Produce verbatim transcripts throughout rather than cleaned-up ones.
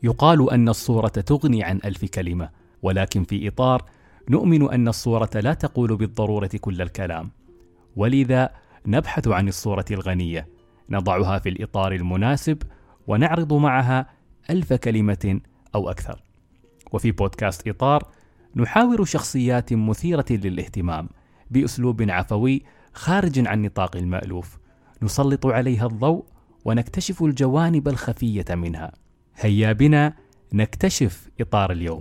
يقال أن الصورة تغني عن ألف كلمة، ولكن في إطار نؤمن أن الصورة لا تقول بالضرورة كل الكلام، ولذا نبحث عن الصورة الغنية، نضعها في الإطار المناسب ونعرض معها ألف كلمة أو أكثر. وفي بودكاست إطار نحاور شخصيات مثيرة للاهتمام بأسلوب عفوي خارج عن نطاق المألوف، نسلط عليها الضوء ونكتشف الجوانب الخفية منها. هيا بنا نكتشف إطار اليوم.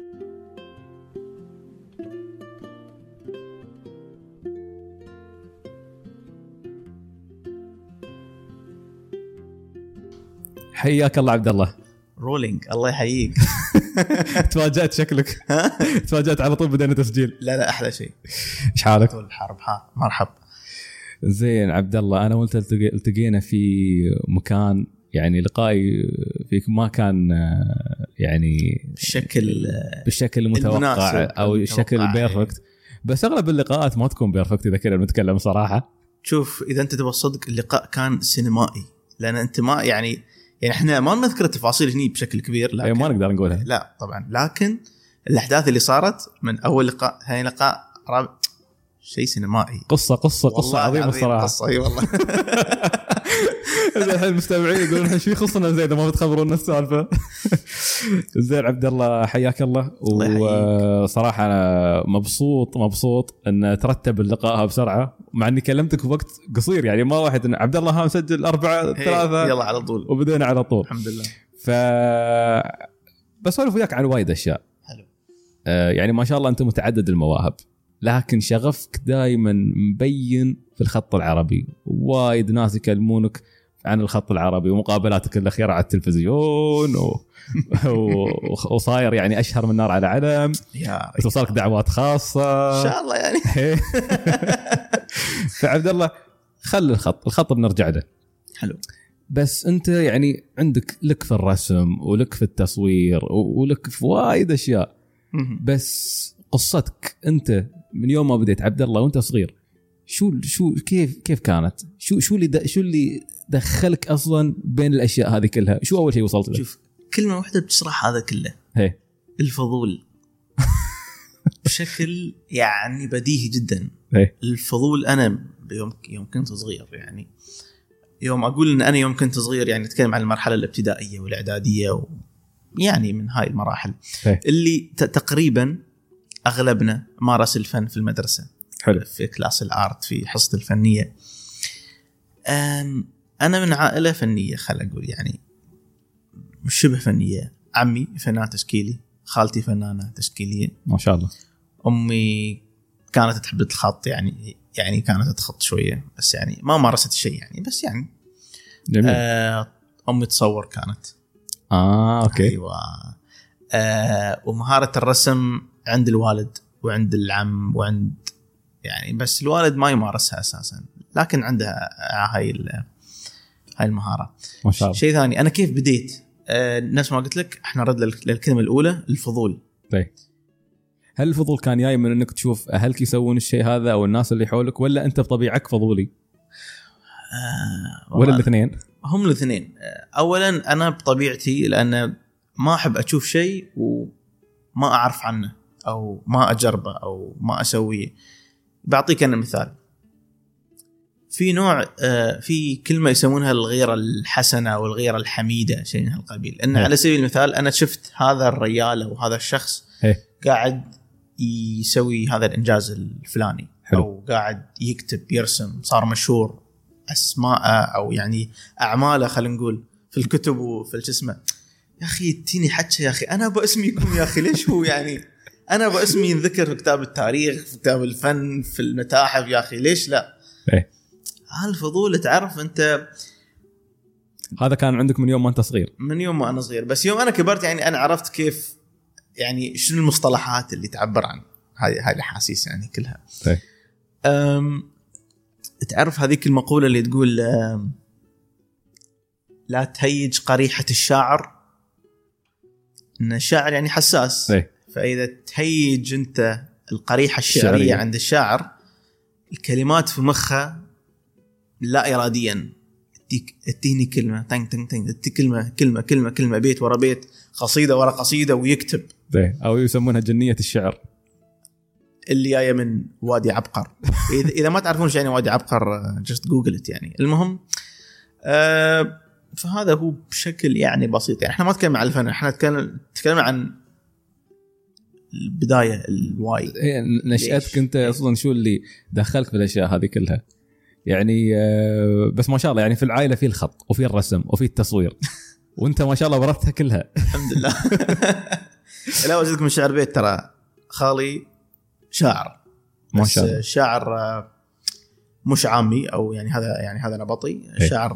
حياك الله عبد الله. رولينج. الله يحييك. تفاجأت شكلك. تفاجأت على طول بدأنا تسجيل. لا لا أحلى شيء. إيش حالك؟ الحرب ها مرحب. زين عبد الله، أنا وأنت التقينا في مكان، يعني لقائي فيك ما كان يعني بالشكل بالشكل المتوقع أو الشكل بيرفكت، بس أغلب اللقاءات ما تكون بيرفكت إذا كنا نتكلم صراحة. شوف، إذا أنت تبغى الصدق اللقاء كان سينمائي، لأن أنت ما يعني يعني إحنا ما نذكر التفاصيل هني بشكل كبير، لكن ما نقدر نقولها. لا طبعا، لكن الأحداث اللي صارت من أول لقاء ثاني لقاء رابع شيء سينمائي. قصة قصة قصة عظيمة الصراحة. قصة أي والله. الحين المستمعين يقولون ايش في خصنا زي ما بتخبرونا السالفة. زين عبد الله، حياك الله. وصراحة أنا مبسوط مبسوط أن ترتب اللقاء بسرعة، مع إني كلمتك في وقت قصير، يعني ما واحد إن عبد الله ها مسجل أربعة ثلاثة يلا على طول وبدينا على طول الحمد لله. ف بسولف وياك عن وايد أشياء. حلو. آه يعني ما شاء الله أنت متعدد المواهب، لكن شغفك دائما مبين في الخط العربي، وايد ناس يكلمونك عن الخط العربي، ومقابلاتك الأخيرة على التلفزيون و... و... وصاير يعني أشهر من نار على علم، توصلك دعوات خاصة إن شاء الله يعني. فعبد الله، خل الخط الخط بنرجع له. حلو. بس أنت يعني عندك لك في الرسم ولك في التصوير ولك في وايد أشياء، بس قصتك أنت من يوم ما بديت عبد الله وأنت صغير، شو شو كيف كيف كانت؟ شو شو اللي شو اللي دخلك أصلاً بين الأشياء هذه كلها؟ شو أول شيء وصلت له؟ شوف، كلمة واحدة بتشرح هذا كله. هي الفضول. بشكل يعني بديهي جدا. هي. الفضول. أنا يوم يوم كنت صغير، يعني يوم أقول إن أنا يوم كنت صغير يعني نتكلم عن المرحلة الابتدائية والإعدادية و يعني من هاي المراحل هي. اللي تقريبا أغلبنا مارس الفن في المدرسة. حلو. في كلاس الآرت، في حصة الفنية. أنا من عائلة فنية، خل أقول يعني مش شبه فنية. عمي فنان تشكيلي، خالتي فنانة تشكيلية ما شاء الله. أمي كانت تحب الخط، يعني يعني كانت تخط شوية، بس يعني ما مارست شيء يعني، بس يعني جميل. آه أمي تصور كانت. آه أوكي. أيوة. آه ومهارة الرسم عند الوالد وعند العم وعند يعني، بس الوالد ما يمارسها أساسا، لكن عندها هاي هاي المهارة. ما شاء الله. شيء ثاني، أنا كيف بديت؟ آه نفس ما قلت لك، إحنا رد للكلمة الأولى، الفضول. طيب، هل الفضول كان جاي من إنك تشوف أهلك يسوون الشيء هذا أو الناس اللي حولك، ولا أنت بطبيعك فضولي؟ آه ولا الاثنين؟ هم الاثنين. آه أولا أنا بطبيعتي، لأن ما أحب أشوف شيء وما أعرف عنه أو ما أجربه أو ما أسويه. بعطيك أنا مثال. في نوع آه في كلمة يسمونها الغيرة الحسنة أو الغيرة الحميدة، شيء من هالقبيل. إن على سبيل المثال أنا شفت هذا الرجال أو هذا الشخص هي. قاعد يسوي هذا الإنجاز الفلاني. حلو. أو قاعد يكتب يرسم، صار مشهور، أسماء أو يعني أعماله خلينا نقول في الكتب وفي الجسمة. يا أخي تيني حتى يا أخي أنا باسمي يكون يا أخي ليش هو يعني أنا باسمي ينذكر في كتاب التاريخ، في كتاب الفن، في المتاحف، يا أخي ليش لا؟ إيه. هالفضول تعرف أنت. هذا كان عندك من يوم ما أنت صغير؟ من يوم ما أنا صغير، بس يوم أنا كبرت يعني أنا عرفت كيف يعني شنو المصطلحات اللي تعبر عن هاي هاي الأحاسيس يعني كلها. إيه. أم تعرف هذيك المقولة اللي تقول لا تهيج قريحة الشاعر، إن الشاعر يعني حساس. إيه. فإذا تهيج أنت القريحة الشعرية, الشعرية عند الشاعر، الكلمات في مخه لا إراديا تيك اديني كلمه تنج تنج تنج كلمه كلمه كلمه كلمه بيت ورا بيت قصيده ورا قصيده ويكتب او يسمونها جنيه الشعر اللي جايه من وادي عبقر. اذا اذا ما تعرفون ايش يعني وادي عبقر جست جوجلت يعني. المهم آه فهذا هو بشكل يعني بسيط. يعني احنا ما نتكلم عن الفن، احنا نتكلم تكلمنا عن البدايه الواي نشأتك انت اصلا، شو اللي دخلك في الاشياء هذه كلها يعني. آه بس ما شاء الله يعني في العائله في الخط وفي الرسم وفي التصوير وانت ما شاء الله برتها كلها. الحمد لله. لا أزيدكم من شعر بيت، ترى خالي شاعر ما شاء الله، شاعر مش عامي او يعني هذا يعني هذا نبطي، شاعر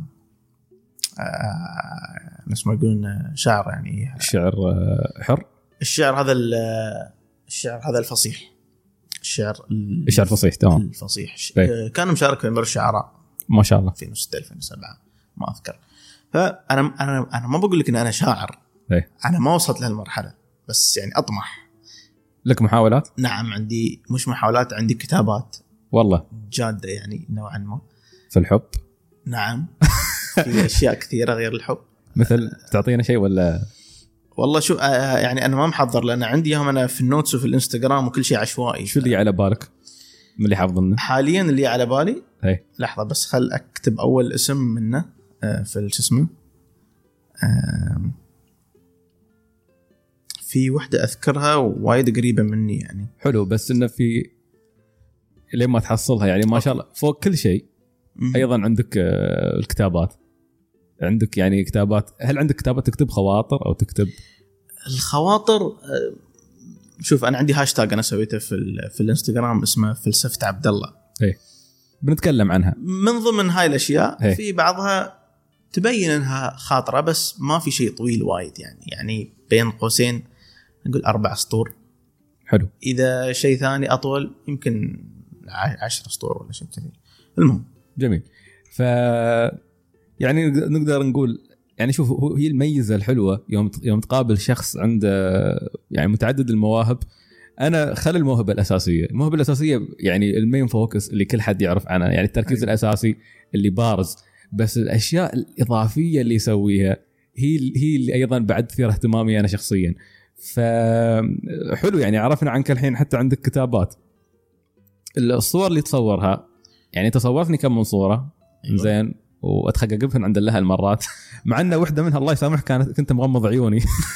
ناس ما يقولون شاعر يعني الشعر حر، الشعر هذا الشعر هذا الفصيح، الشعر الشعر الفصيح تمام الفصيح. كان مشارك في مر الشعراء ما شاء الله في ألفين وستة ألفين وسبعة ما اذكر. فانا انا انا ما بقول لك ان انا شاعر، هي. انا ما وصلت لهالمرحله، بس يعني اطمح. لك محاولات؟ نعم عندي، مش محاولات، عندي كتابات والله جادة يعني نوعا ما في الحب. نعم في أشياء كثيرة غير الحب. مثل تعطينا شيء ولا؟ والله شو آه يعني أنا ما محضر، لأن عندي يوم أنا في النوتس وفي الإنستغرام وكل شيء عشوائي. شو اللي على بالك من اللي حافظنه حاليا؟ اللي على بالي هي. لحظة بس خل أكتب أول اسم منه آه في الجسم. آه في وحدة أذكرها وايد قريبة مني يعني. حلو، بس إنه في لين ما تحصلها يعني ما شاء الله فوق كل شيء. أيضا عندك الكتابات، عندك يعني كتابات. هل عندك كتابات تكتب خواطر أو تكتب؟ الخواطر شوف أنا عندي هاشتاج أنا سويته في في الإنستغرام اسمه فلسفة عبد الله. إيه بنتكلم عنها. من ضمن هاي الأشياء هي. في بعضها تبين إنها خاطرة، بس ما في شيء طويل وايد يعني يعني بين قوسين نقول أربع سطور. حلو. إذا شيء ثاني أطول يمكن عشر سطور ولا شيء كذي. المهم جميل. ف يعني نقدر نقول يعني شوف هي الميزة الحلوة يوم يوم تقابل شخص عنده يعني متعدد المواهب. أنا خل الموهبة الأساسية، الموهبة الأساسية يعني المين فوكس اللي كل حد يعرف عنها، يعني التركيز أيوة. الأساسي اللي بارز، بس الأشياء الإضافية اللي يسويها هي هي اللي أيضا بعد تثير اهتمامي أنا شخصيا. فحلو يعني عرفنا عنك الحين حتى عندك كتابات. الصور اللي تصورها يعني تصورتني كم من صورة زين واتحقق فيهن عند الله المرات، مع ان واحدة منها الله يسامحك كانت كنت مغمض عيوني.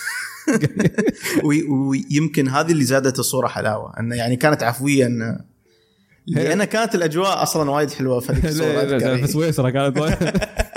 ويمكن هذه اللي زادت الصورة حلاوة، انه يعني كانت عفوية، ان لأن كانت الأجواء أصلا وايد حلوة في هذيك الصورة. في سويسرا كانت وايد.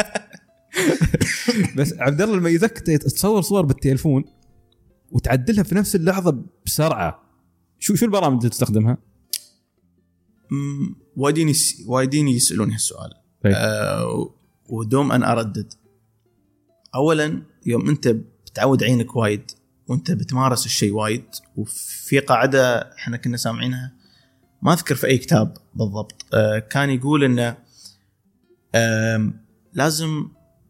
بس عبد الله الميزك تصور صور بالتليفون وتعدلها في نفس اللحظة بسرعة. شو شو البرامج اللي تستخدمها؟ امم وايدين وايدين يسألوني هالسؤال أه ودوم أنا أردد. أولا يوم أنت بتعود عينك وايد وأنت بتمارس الشيء وايد، وفي قاعدة إحنا كنا سامعينها ما أذكر في أي كتاب بالضبط، أه كان يقول إنه أه لازم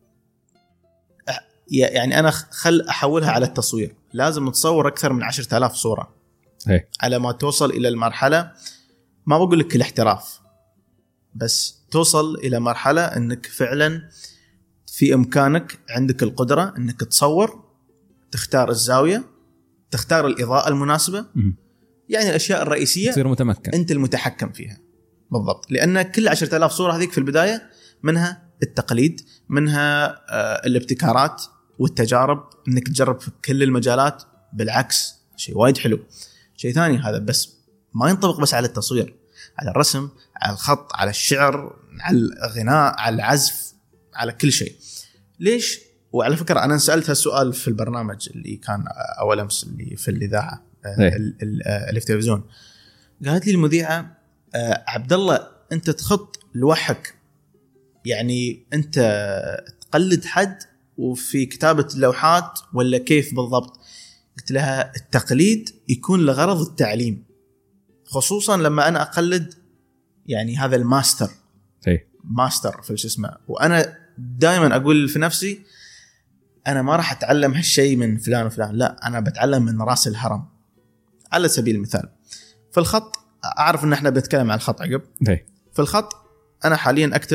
يعني أنا خل أحولها على التصوير، لازم تصور أكثر من عشرة آلاف صورة هي. على ما توصل إلى المرحلة، ما بقول لك الاحتراف، بس توصل إلى مرحلة أنك فعلا في إمكانك عندك القدرة أنك تصور، تختار الزاوية، تختار الإضاءة المناسبة، م- يعني الأشياء الرئيسية تصير متمكن، أنت المتحكم فيها بالضبط. لأن كل عشرة آلاف صورة هذيك في البداية منها التقليد، منها آه الابتكارات والتجارب، أنك تجرب في كل المجالات. بالعكس شيء وايد حلو. شيء ثاني هذا بس ما ينطبق بس على التصوير، على الرسم، على الخط، على الشعر، على الغناء، على العزف، على كل شيء. ليش؟ وعلى فكرة أنا سألت هالسؤال في البرنامج اللي كان أول أمس اللي في الإذاعة اللي في التلفزيون. قالت لي المذيعة عبد الله أنت تخط لوحك، يعني أنت تقلد حد وفي كتابة اللوحات ولا كيف بالضبط؟ قلت لها التقليد يكون لغرض التعليم، خصوصا لما أنا أقلد يعني هذا الماستر هي. ماستر في الجسم. وأنا دائما أقول في نفسي أنا ما راح أتعلم هالشيء من فلان وفلان، لا أنا بتعلم من رأس الهرم. على سبيل المثال في الخط، أعرف أن احنا بنتكلم عن الخط عقب. هي. في الخط أنا حاليا أكتب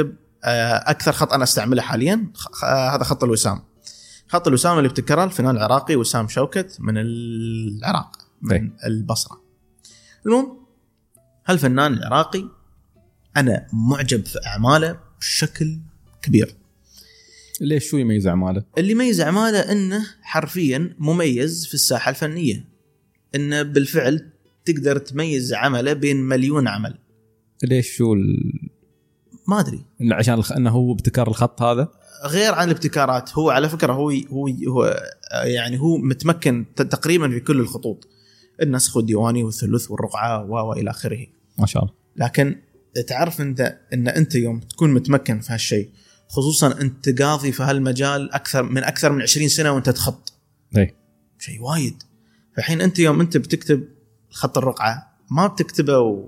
اكثر خط انا استعمله حاليا هذا خط الوسام. خط الوسام اللي ابتكره الفنان العراقي وسام شوكت من العراق من البصره. المهم هالفنان العراقي انا معجب في اعماله بشكل كبير. ليش؟ شو يميز اعماله؟ اللي يميز اعماله انه حرفيا مميز في الساحه الفنيه، انه بالفعل تقدر تميز عمله بين مليون عمل. ليش؟ شو ال... ما ادري، إنه عشان الخ... انه هو ابتكار الخط هذا غير عن الابتكارات. هو على فكره هو هو هو يعني هو متمكن تقريبا في كل الخطوط، النسخ والديواني والثلث والرقعه والى اخره ما شاء الله. لكن تعرف انت ان انت يوم تكون متمكن في هالشيء، خصوصا انت قاضي في هالمجال اكثر من اكثر من عشرين سنه وانت تخط اي شيء وايد. فالحين انت يوم انت بتكتب خط الرقعه ما بتكتبه و...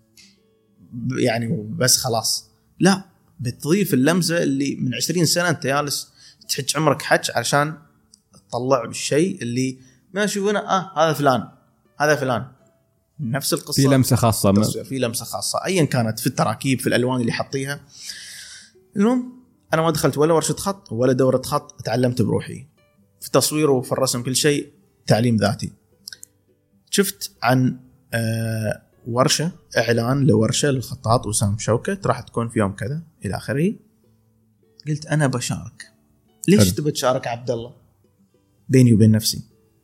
يعني بس خلاص، لا بتضيف اللمسه اللي من عشرين سنه انت جالس تحج عمرك حج عشان تطلع بالشيء اللي ما شوفنا اه هذا فلان هذا فلان. نفس القصه في لمسه خاصه م... في لمسه خاصه ايا كانت في التراكيب في الالوان اللي حطيها. المهم انا ما دخلت ولا ورشه خط ولا دوره خط، تعلمت بروحي في التصوير وفي الرسم كل شيء تعليم ذاتي. شفت عن آه ورشه اعلان لورشه للخطاط وسام شوكت راح تكون في يوم كذا الى اخره. قلت انا بشارك. ليش تبي تشارك عبد الله؟ بيني وبين نفسي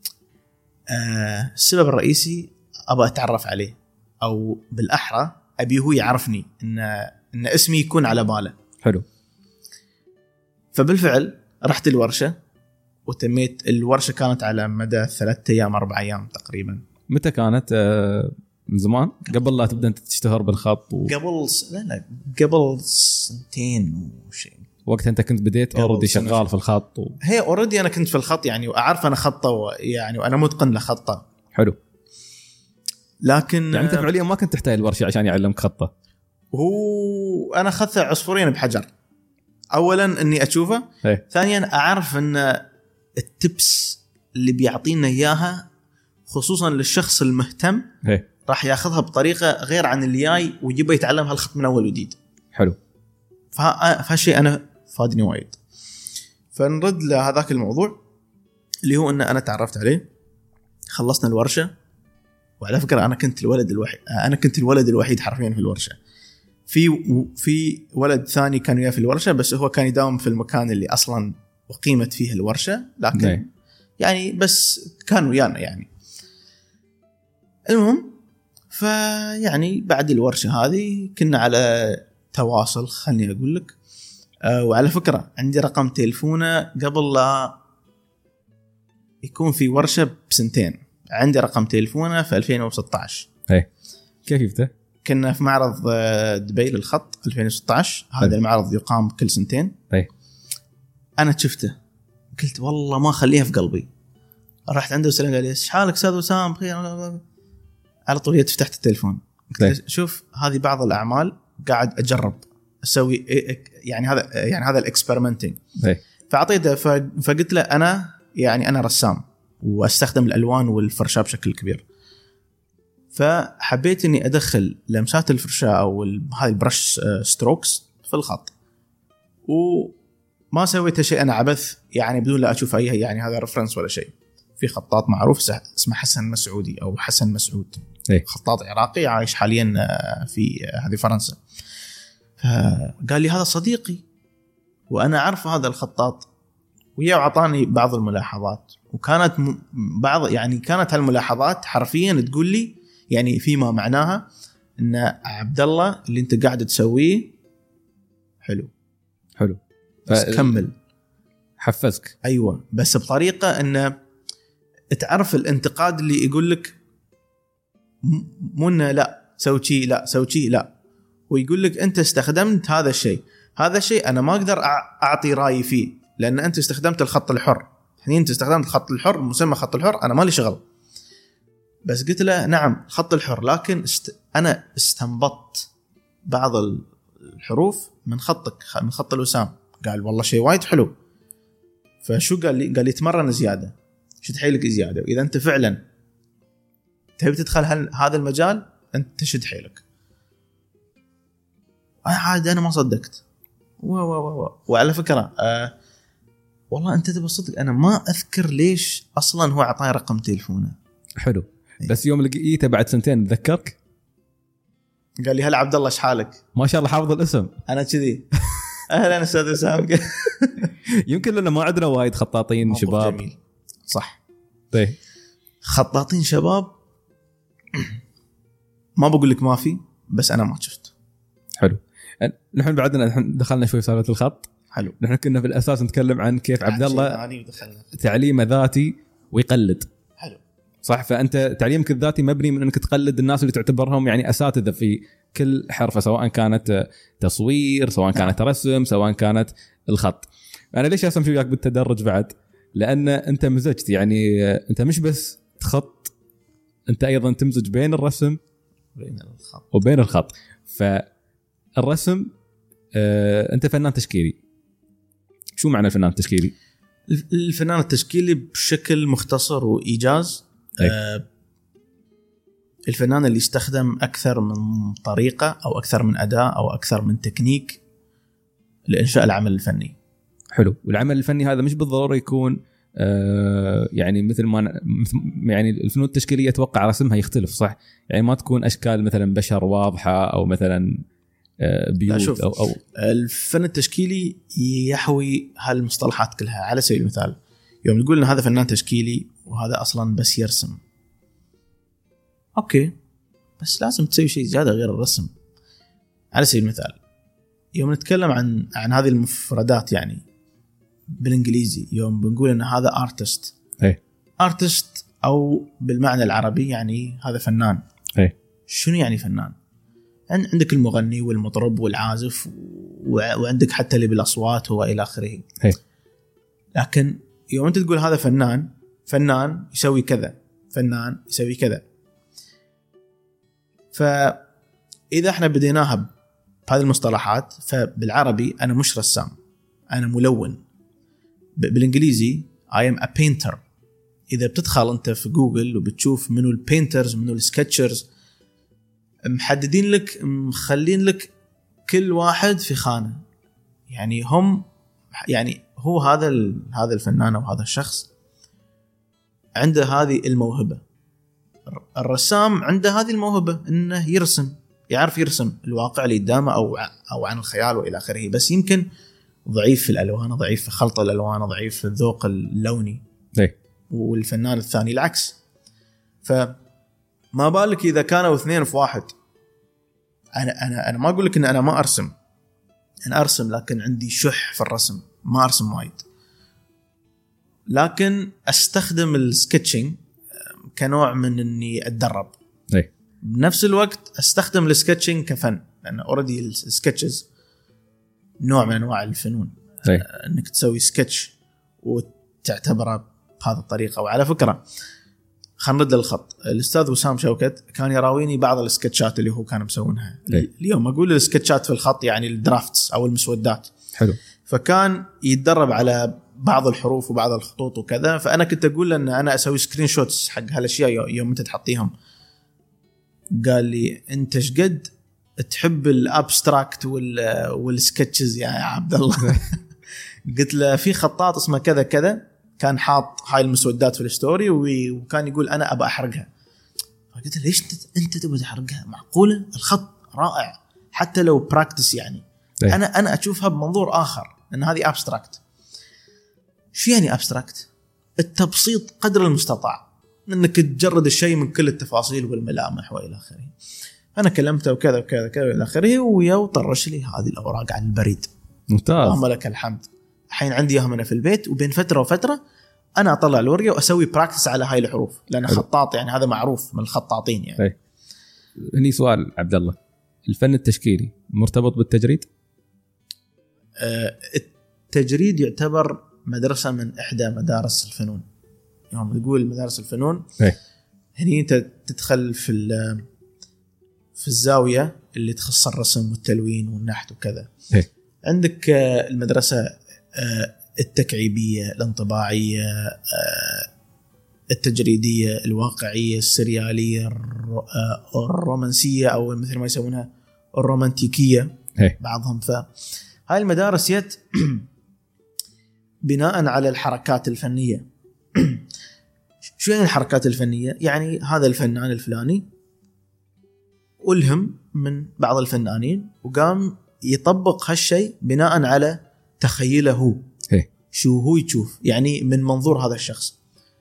آه السبب الرئيسي ابى اتعرف عليه، او بالاحرى ابي هو يعرفني ان ان اسمي يكون على باله. حلو. فبالفعل رحت الورشه وتميت. الورشه كانت على مدى ثلاثة ايام اربع ايام تقريبا. متى كانت؟ آه من زمان قبل لا تبدا انت تشتهر بالخط و... قبل لا لا قبل سنتين وشيء. وقت انت كنت بديت اوريدي شغال في الخط و... هي اوريدي انا كنت في الخط يعني واعرف انا خطه يعني وانا متقن لخطه. حلو. لكن يعني انت فعليا ما كنت تحتاج الورشه عشان يعلمك خطه. هو انا اخذت عصفورين بحجر. اولا اني اشوفه، هي. ثانيا اعرف ان التبس اللي بيعطينا اياها خصوصا للشخص المهتم هي. راح ياخذها بطريقه غير عن اللي جاي ويجيبه يتعلم هالخط من اول وجديد. حلو. فهالشيء انا فادني وايد. فنرد لهذاك الموضوع اللي هو ان انا تعرفت عليه، خلصنا الورشه. وعلى فكره انا كنت الولد الوحيد انا كنت الولد الوحيد حرفيا في الورشه. في في ولد ثاني كان وياه في الورشه بس هو كان يداوم في المكان اللي اصلا اقيمت فيه الورشه، لكن نعم. يعني بس كان ويانا يعني. المهم فيعني بعد الورشه هذه كنا على تواصل خلني اقول لك. أه وعلى فكره عندي رقم تليفونه قبل لا يكون في ورشه بسنتين. عندي رقم تليفونه في ألفين وستة عشر. اي كيف جبته؟ كنا في معرض دبي للخط ألفين وستة عشر. هذا المعرض يقام كل سنتين. اي انا شفته قلت والله ما خليها في قلبي. رحت عنده وسلمت عليه، ايش حالك استاذ وسام؟ بخير. على طول فتحت التليفون قلت شوف هذه بعض الاعمال قاعد اجرب اسوي يعني هذا يعني هذا الاكسبيرمنتينج. فاعطيته فقلت له انا يعني انا رسام واستخدم الالوان والفرشاه بشكل كبير. فحبيت اني ادخل لمسات الفرشاه او هاي البرش ستروكس في الخط، وما سويت شيء انا عبث يعني بدون لا اشوف اي يعني هذا ريفرنس ولا شيء. في خطاط معروف اسمه حسن مسعودي او حسن مسعود، أي. خطاط عراقي عايش حاليا في هذه فرنسا. فقال لي هذا صديقي وانا اعرف هذا الخطاط، وياه عطاني بعض الملاحظات، وكانت بعض يعني كانت هالملاحظات حرفيا تقول لي يعني فيما معناها ان عبد الله اللي انت قاعد تسويه حلو حلو بس ف... كمل. حفزك. ايوه بس بطريقه ان تعرف الانتقاد اللي يقول لك مو انه لا سوي شيء لا سوي شيء لا، ويقول لك انت استخدمت هذا الشيء هذا الشيء انا ما اقدر اعطي رايي فيه لان انت استخدمت الخط الحر. يعني انت استخدمت الخط الحر مسمى خط الحر انا مالي شغل. بس قلت له نعم خط الحر لكن است... انا استنبطت بعض الحروف من خطك من خط الوسام. قال والله شيء وايد حلو. فشو قال لي؟ قال لي تمرن زياده، شد حيلك زياده، واذا انت فعلا تبي تدخل هذا المجال انت شد حيلك. عاد انا ما صدقت و و و وعلى فكره آه والله انت تبى صدق انا ما اذكر ليش اصلا هو اعطاني رقم تليفونه. حلو. بس يوم لقيته بعد سنتين تذكرك قال لي هلا عبد الله ايش حالك؟ ما شاء الله حافظ الاسم. انا كذي اهلا استاذ اسامه. يمكن لنا ما عندنا وايد خطاطين شباب. جميل. صح. طيب خطاطين شباب ما بقول لك ما في، بس انا ما شفت. حلو. نحن بعدنا الحين دخلنا شوي في سالفه الخط. حلو. نحن كنا في الاساس نتكلم عن كيف عبد الله تعليمه ذاتي ويقلد. حلو. صح. فانت تعليمك الذاتي مبني من انك تقلد الناس اللي تعتبرهم يعني اساتذه في كل حرفه، سواء كانت تصوير، سواء كانت رسم، سواء كانت الخط. انا ليش اسم شو وياك بالتدرج بعد؟ لان انت مزجت، يعني انت مش بس تخط، انت ايضا تمزج بين الرسم وبين الخط وبين الخط. فالرسم آه، انت فنان تشكيلي. شو معنى الفنان التشكيلي؟ الفنان التشكيلي بشكل مختصر وإيجاز آه الفنان اللي يستخدم أكثر من طريقة أو أكثر من أداة أو أكثر من تكنيك لإنشاء العمل الفني. حلو. والعمل الفني هذا مش بالضرورة يكون آه يعني مثل ما يعني الفنون التشكيلية أتوقع رسمها يختلف، صح؟ يعني ما تكون أشكال مثلا بشر واضحة أو مثلا آه بيوت أو, أو الفن التشكيلي يحوي هالمصطلحات كلها. على سبيل المثال يوم نقول إن هذا فنان تشكيلي وهذا أصلا بس يرسم، أوكي، بس لازم تسوي شيء زيادة غير الرسم. على سبيل المثال يوم نتكلم عن عن هذه المفردات يعني بالإنجليزي، يوم بنقول إن هذا artist إيه artist أو بالمعنى العربي يعني هذا فنان. إيه شنو يعني فنان؟ عندك المغني والمطرب والعازف وعندك حتى اللي بالأصوات وإلى آخره. إيه. لكن يوم أنت تقول هذا فنان، فنان يسوي كذا، فنان يسوي كذا. فإذا احنا بديناها بهذه المصطلحات، فبالعربي أنا مش رسام، أنا ملون. بالإنجليزي I am a painter. إذا بتدخل أنت في جوجل وبتشوف منو البينترز منو السكتشرز، محددين لك مخلين لك كل واحد في خانة. يعني هم يعني هو هذا هذا الفنان أو هذا الشخص عنده هذه الموهبة. الرسام عنده هذه الموهبة إنه يرسم، يعرف يرسم الواقع اللي قدامه أو أو عن الخيال وإلى آخره، بس يمكن ضعيف في الألوان، ضعيف في خلط الألوان، ضعيف في الذوق اللوني. إيه. والفنان الثاني العكس. فما بالك إذا كانوا اثنين في واحد. أنا أنا أنا ما أقول لك إن أنا ما أرسم، أنا أرسم لكن عندي شح في الرسم، ما أرسم وايد، لكن أستخدم السكتشنج كنوع من إني أتدرب. إيه. بنفس الوقت أستخدم السكتشنج كفن، لأن أوردي السكتشز نوع من أنواع الفنون. إيه. إنك تسوي سكتش وتعتبره بهذه الطريقة. وعلى فكرة خلينا نرد للخط، الأستاذ وسام شوكت كان يراويني بعض السكتشات اللي هو كان مسوينها. إيه. اليوم أقول السكتشات في الخط يعني الدرافتس أو المسودات. حلو. فكان يتدرب على بعض الحروف وبعض الخطوط وكذا. فأنا كنت أقول له أن أنا أسوي سكرين شوتس حق هالأشياء يوم أنت تحطيهم. قال لي أنت شقد تحب الابستراكت والسكتشز يا عبد الله؟ قلت له في خطاط اسمه كذا كذا كان حاط هاي المسودات في الستوري وكان يقول أنا أبى أحرقها. فقلت له ليش أنت تبغى تحرقها؟ معقولة؟ الخط رائع حتى لو براكتس يعني. أيه. أنا أنا أشوفها بمنظور آخر أن هذه أبستراكت. شو يعني أبستراكت؟ التبسيط قدر المستطاع، أنك تجرد الشيء من كل التفاصيل والملامح وإلى آخره. أنا كلمته وكذا وكذا وكذا إلى آخره، ويا وطرش لي هذه الأوراق على البريد. ممتاز. اللهم لك الحمد. الحين عندي اياها هنا في البيت، وبين فتره وفتره انا اطلع الورقه واسوي براكتس على هاي الحروف، لان خطاط يعني هذا معروف من الخطاطين يعني. أي. هني سؤال عبد الله، الفن التشكيلي مرتبط بالتجريد؟ آه التجريد يعتبر مدرسه من احدى مدارس الفنون. يوم نقول مدارس الفنون أي. هني انت تدخل في في الزاويه اللي تخص الرسم والتلوين والنحت وكذا. أي. عندك المدرسة التكعيبية، الانطباعية، التجريدية، الواقعية، السريالية، الرومانسية أو مثل ما يسمونها الرومانتيكية. هي. بعضهم. هاي المدارس يت بناء على الحركات الفنية. شو يعني الحركات الفنية؟ يعني هذا الفنان الفلاني ألهم من بعض الفنانين وقام يطبق هالشيء بناء على تخيله هو، شو هو يشوف يعني من منظور هذا الشخص.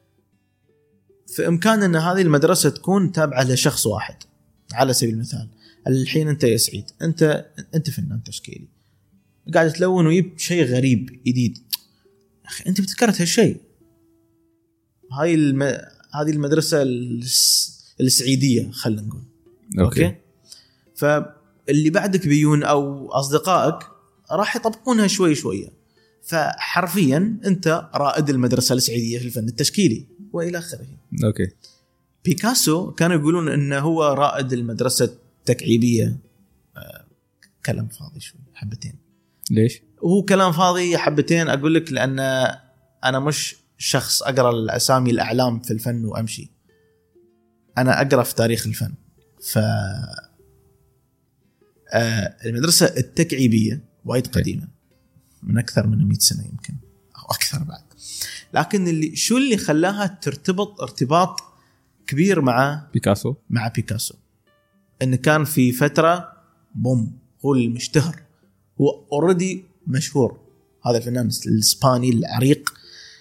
فإمكان أن هذه المدرسة تكون تابعة لشخص واحد. على سبيل المثال الحين أنت يا سعيد، أنت أنت فنان تشكيلي قاعد تلون ويب شيء غريب جديد، أخي أنت بتذكرت هالشيء. هاي الم... هذه المدرسة الس... السعيدية خلينا نقول. أوكي. أوكي فاللي بعدك بيون أو أصدقائك راح يطبقونها شوي شوية. فحرفيا أنت رائد المدرسة السعيدية في الفن التشكيلي وإلى آخره. أوكي. بيكاسو كانوا يقولون إنه هو رائد المدرسة التكعيبية. آه كلام فاضي شوي حبتين. ليش؟ هو كلام فاضي حبتين أقول لك، لأن أنا مش شخص أقرأ الأسامي الأعلام في الفن وأمشي، أنا أقرأ في تاريخ الفن. ف آه المدرسة التكعيبية وايد قديمة من أكثر من مئة سنة يمكن أو أكثر بعد، لكن اللي شو اللي خلاها ترتبط ارتباط كبير مع بيكاسو مع بيكاسو إن كان في فترة بوم هو المشتهر، هو أوريدي مشهور، هذا الفنان الإسباني العريق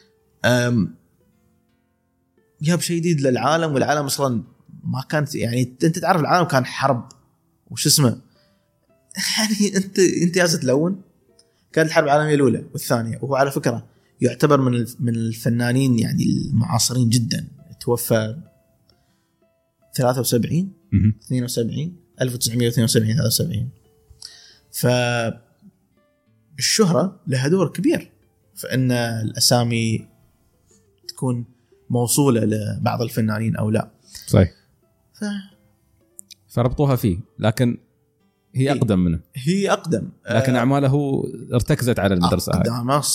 جاب شيء جديد للعالم، والعالم أصلا ما كانت يعني أنت تعرف العالم كان حرب وش اسمه يعني أنت أنت يا تلون. كانت الحرب العالمية الأولى والثانية، وهو على فكرة يعتبر من من الفنانين يعني المعاصرين جدا. توفى ثلاثة وسبعين اثنين وسبعين ألف وتسعمائة واثنين وسبعين ثلاثة وسبعين. فالشهرة لها دور كبير فإن الأسامي تكون موصولة لبعض الفنانين أو لا. صحيح. ف... فربطوها فيه، لكن هي أقدم منه. هي أقدم، لكن أعماله ارتكزت على المدرسة هاي.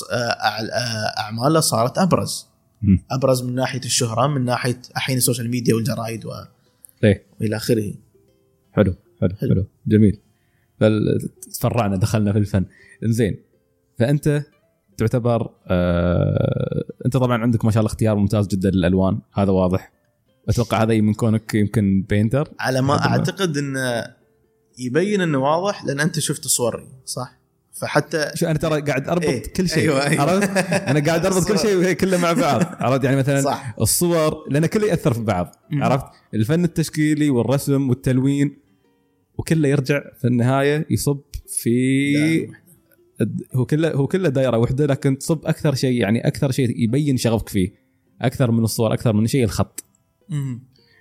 أعماله صارت أبرز م. أبرز من ناحية الشهرة، من ناحية أحيان السوشيال ميديا والجرائد و... وإلى آخره. حلو حلو حلو, حلو. جميل. فتفرعنا دخلنا في الفن. إنزين، فأنت تعتبر آه... أنت طبعا عندك ما شاء الله اختيار ممتاز جدا للألوان، هذا واضح. أتوقع هذا من كونك يمكن بينتر على ما أعتقد إن يبين إنه واضح، لأن أنت شفت صوري صح؟ فحتى شو أنا ترى قاعد أربط إيه؟ كل شيء. أيوة أيوة. عرفت؟ أنا قاعد أربط كل شيء وهي كله مع بعض. عرفت يعني مثلا صح. الصور لأن كله يأثر في بعض. عرفت؟ الفن التشكيلي والرسم والتلوين وكله يرجع في النهاية يصب في هو كله هو كله دائرة واحدة، لكن تصب أكثر شيء يعني أكثر شيء يبين شغفك فيه أكثر من الصور، أكثر من شيء الخط. مم.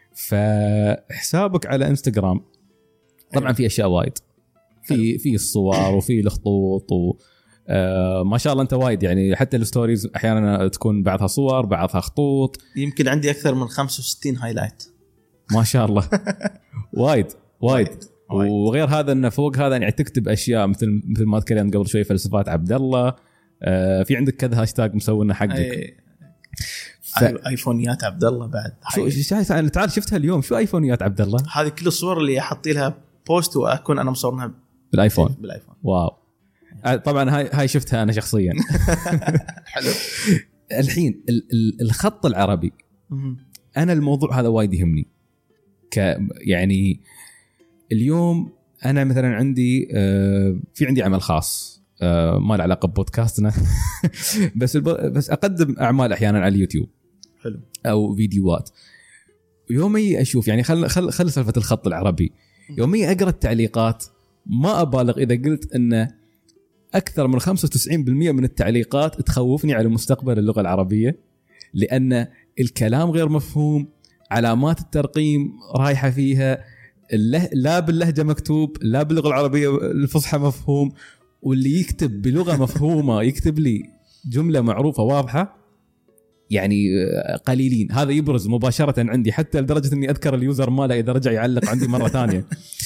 فحسابك على انستغرام طبعا في اشياء وايد، في في الصور وفي الخطوط و آه ما شاء الله انت وايد يعني، حتى الستوريز احيانا تكون بعضها صور بعضها خطوط. يمكن عندي اكثر من خمسة وستين هايلايت ما شاء الله. وايد وايد وغير هذا انه فوق هذا يعني تكتب اشياء مثل مثل ما تكلمت قبل شوي فلسفات عبد الله. آه في عندك كذا هاشتاج مسوينا حقك. أي... ف... ايفونيات عبد الله بعد. شو شايف تعال شفتها اليوم؟ شو ايفونيات عبد الله؟ هذه كل الصور اللي احط لها بوست واكون انا مصورنها بالايفون. بالايفون. واو. طبعا هاي هاي شفتها انا شخصيا. حلو. الحين الخط العربي انا الموضوع هذا وايد يهمني. ك يعني اليوم انا مثلا عندي في عندي عمل خاص ما له علاقه ببودكاستنا. بس بس اقدم اعمال احيانا على اليوتيوب. حلو. او فيديوهات. يومي اشوف يعني خل خل خل سالفه الخط العربي. يومي اقرا التعليقات ما ابالغ اذا قلت ان اكثر من خمسة وتسعين بالمئة من التعليقات تخوفني على مستقبل اللغه العربيه، لان الكلام غير مفهوم، علامات الترقيم رايحه فيها، لا باللهجه مكتوب لا باللغه العربيه الفصحى مفهوم، واللي يكتب بلغه مفهومه يكتب لي جمله معروفه واضحه يعني قليلين. هذا يبرز مباشره عندي حتى لدرجه اني اذكر اليوزر ماله اذا رجع يعلق عندي مره ثانيه.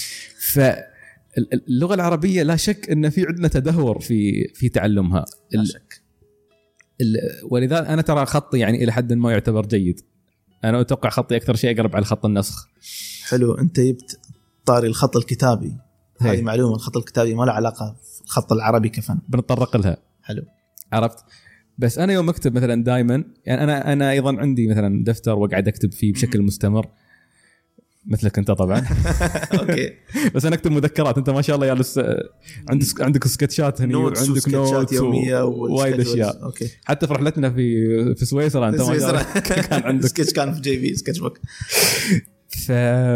فاللغه العربيه لا شك ان في عندنا تدهور في في تعلمها. لا شك. ولذا انا ترى خطي يعني الى حد ما يعتبر جيد. انا اتوقع خطي اكثر شيء اقرب على خط النسخ. حلو. انت جبت طاري الخط الكتابي. هذه معلومه، الخط الكتابي ما له علاقه في الخط العربي كفن. بنتطرق لها. حلو، عرفت. بس انا يوم اكتب مثلا دائما، يعني انا انا ايضا عندي مثلا دفتر واقعد اكتب فيه بشكل مستمر مثلك انت طبعا. اوكي. بس انا اكتب مذكرات، انت ما شاء الله يا لس... عندك عندك سكتشات هنا وعندك نوتس يوميه وايد اشياء. اوكي. حتى في رحلتنا في في سويسرا انت ما شاء الله كان عندك سكتش، كان في جي بي سكتش بوك. ف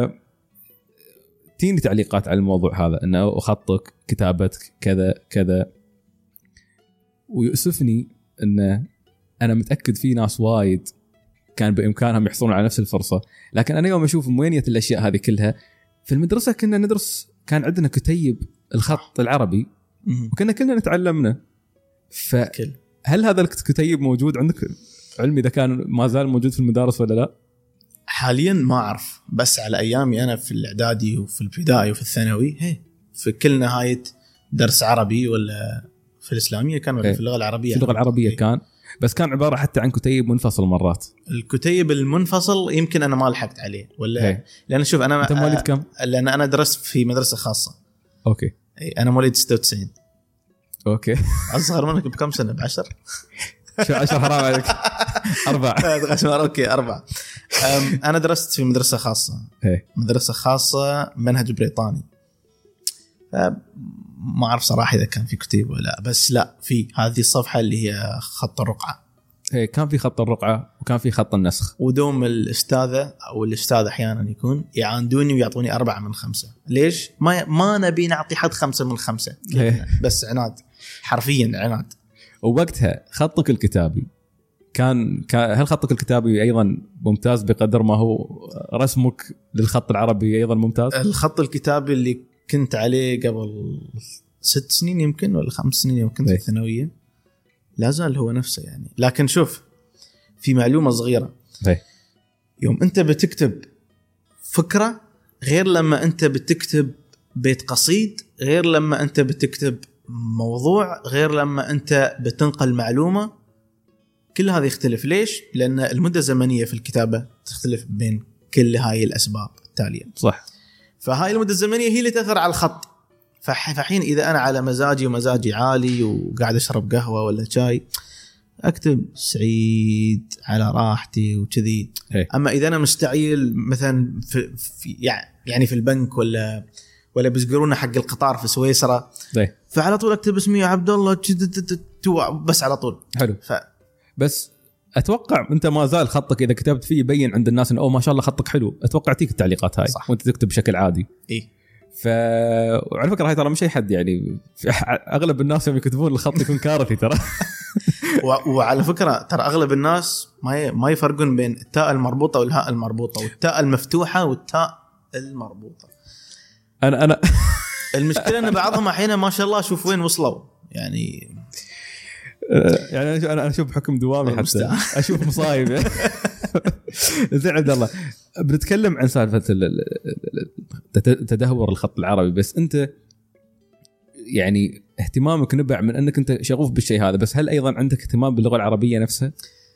تيني تعليقات على الموضوع هذا، انه خطك كتابتك كذا كذا، ويؤسفني انه انا متاكد في ناس وايد كان بامكانهم يحصلون على نفس الفرصه، لكن انا يوم اشوف موينيه الاشياء هذه كلها في المدرسه، كنا ندرس كان عندنا كتيب الخط العربي وكنا كلنا نتعلمنا. فهل هذا الكتيب موجود عندك؟ علمي اذا كان ما زال موجود في المدارس ولا لا؟ حاليا ما اعرف، بس على ايامي انا في الاعدادي وفي الابتدائي وفي الثانوي هي في كل نهايه درس عربي ولا في الاسلاميه كان ولا في اللغه العربيه. في اللغه العربيه كان، بس كان عباره حتى عن كتيب منفصل مرات. الكتيب المنفصل يمكن انا ما لحقت عليه ولا هي. لان شوف انا انت مواليد كم؟ لان انا درست في مدرسه خاصه. اوكي. انا مواليد ستة وتسعين. اوكي. اصغر منك بكم سنه؟ بعشر. شو عشر حرام عليك. أربعة. أوكي أربعة. أنا درست في مدرسة خاصة. هي. مدرسة خاصة منهج بريطاني. ما أعرف صراحة إذا كان في كتيب ولا، بس لا، في هذه الصفحة اللي هي خط الرقعة. هي كان في خط الرقعة وكان في خط النسخ. ودوم الأستاذة أو الأستاذ أحيانا يكون يعاندوني ويعطوني أربعة من خمسة. ليش؟ ما ما نبي نعطي حد خمسة من خمسة. بس عناد، حرفيا عناد. ووقتها خطك الكتابي كان, كان هل خطك الكتابي أيضا ممتاز بقدر ما هو رسمك للخط العربي أيضا ممتاز؟ الخط الكتابي اللي كنت عليه قبل ست سنين يمكن ولا خمس سنين يوم كنت في الثانوية لا زال هو نفسه يعني. لكن شوف، في معلومة صغيرة. هي. يوم أنت بتكتب فكرة غير لما أنت بتكتب بيت قصيد، غير لما أنت بتكتب موضوع، غير لما أنت بتنقل معلومة. كل هذا يختلف. ليش؟ لأن المدة الزمنية في الكتابة تختلف بين كل هاي الأسباب التالية. صح. فهاي المدة الزمنية هي اللي تأثر على الخط. فحين إذا أنا على مزاجي ومزاجي عالي وقاعد أشرب قهوة ولا شاي أكتب سعيد على راحتي وكذي. أما إذا أنا مستعيل مثلا في, في يعني في البنك ولا ولا بيسقرونا حق القطار في سويسرا، فعلى طول أكتب اسمي عبد الله بس على طول. حلو. ف... بس أتوقع أنت ما زال خطك إذا كتبت فيه يبين عند الناس إنه أو ما شاء الله خطك حلو. أتوقع تيك التعليقات هاي صح. وأنت تكتب بشكل عادي. إيه. فعلى فكرة هاي ترى مش أي حد يعني، أغلب الناس يوم يكتبون الخط يكون كارثي ترى. وعلى فكرة ترى أغلب الناس ما ما يفرقون بين التاء المربوطة والهاء المربوطة والتاء المفتوحة والتاء المربوطة. أنا أنا المشكلة إن بعضهم أحيانا ما شاء الله شوف وين وصلوا يعني. يعني أنا أنا أشوف بحكم دوامي حتى أشوف مصايب. زين عبد الله، بنتكلم عن سالفة تدهور الخط العربي، بس أنت يعني اهتمامك نبع من أنك أنت شغوف بالشيء هذا، بس هل أيضا عندك اهتمام باللغة العربية نفسها؟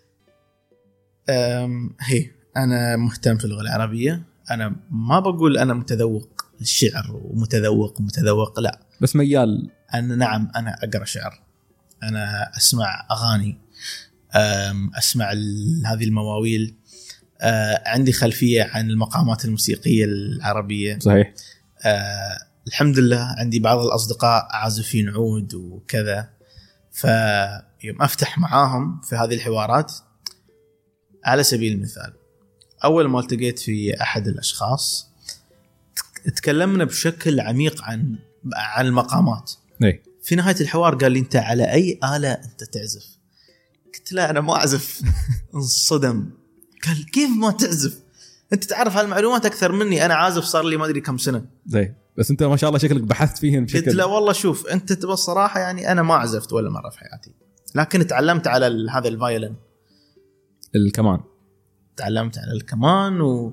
أم هي أنا مهتم في اللغة العربية. أنا ما بقول أنا متذوق الشعر ومتذوق ومتذوق لا، بس ميال. أنا نعم أنا أقرأ شعر، أنا أسمع أغاني، أسمع هذه المواويل، عندي خلفية عن المقامات الموسيقية العربية. صحيح. الحمد لله عندي بعض الأصدقاء عازفين عود وكذا، فيوم أفتح معاهم في هذه الحوارات على سبيل المثال، أول ما التقيت في أحد الأشخاص تكلمنا بشكل عميق عن عن المقامات. أي. في نهاية الحوار قال لي أنت على أي آلة أنت تعزف؟ قلت لا أنا ما أعزف. انصدم، قال كيف ما تعزف؟ أنت تعرف هالمعلومات أكثر مني، أنا عازف صار لي ما أدري كم سنة. زي بس أنت ما شاء الله شكلك بحثت فيهن بشكل. قلت لا والله شوف أنت تبى الصراحة يعني أنا ما عزفت ولا مرة في حياتي، لكن تعلمت على هذا الفايولين الكمان، تعلمت على الكمان و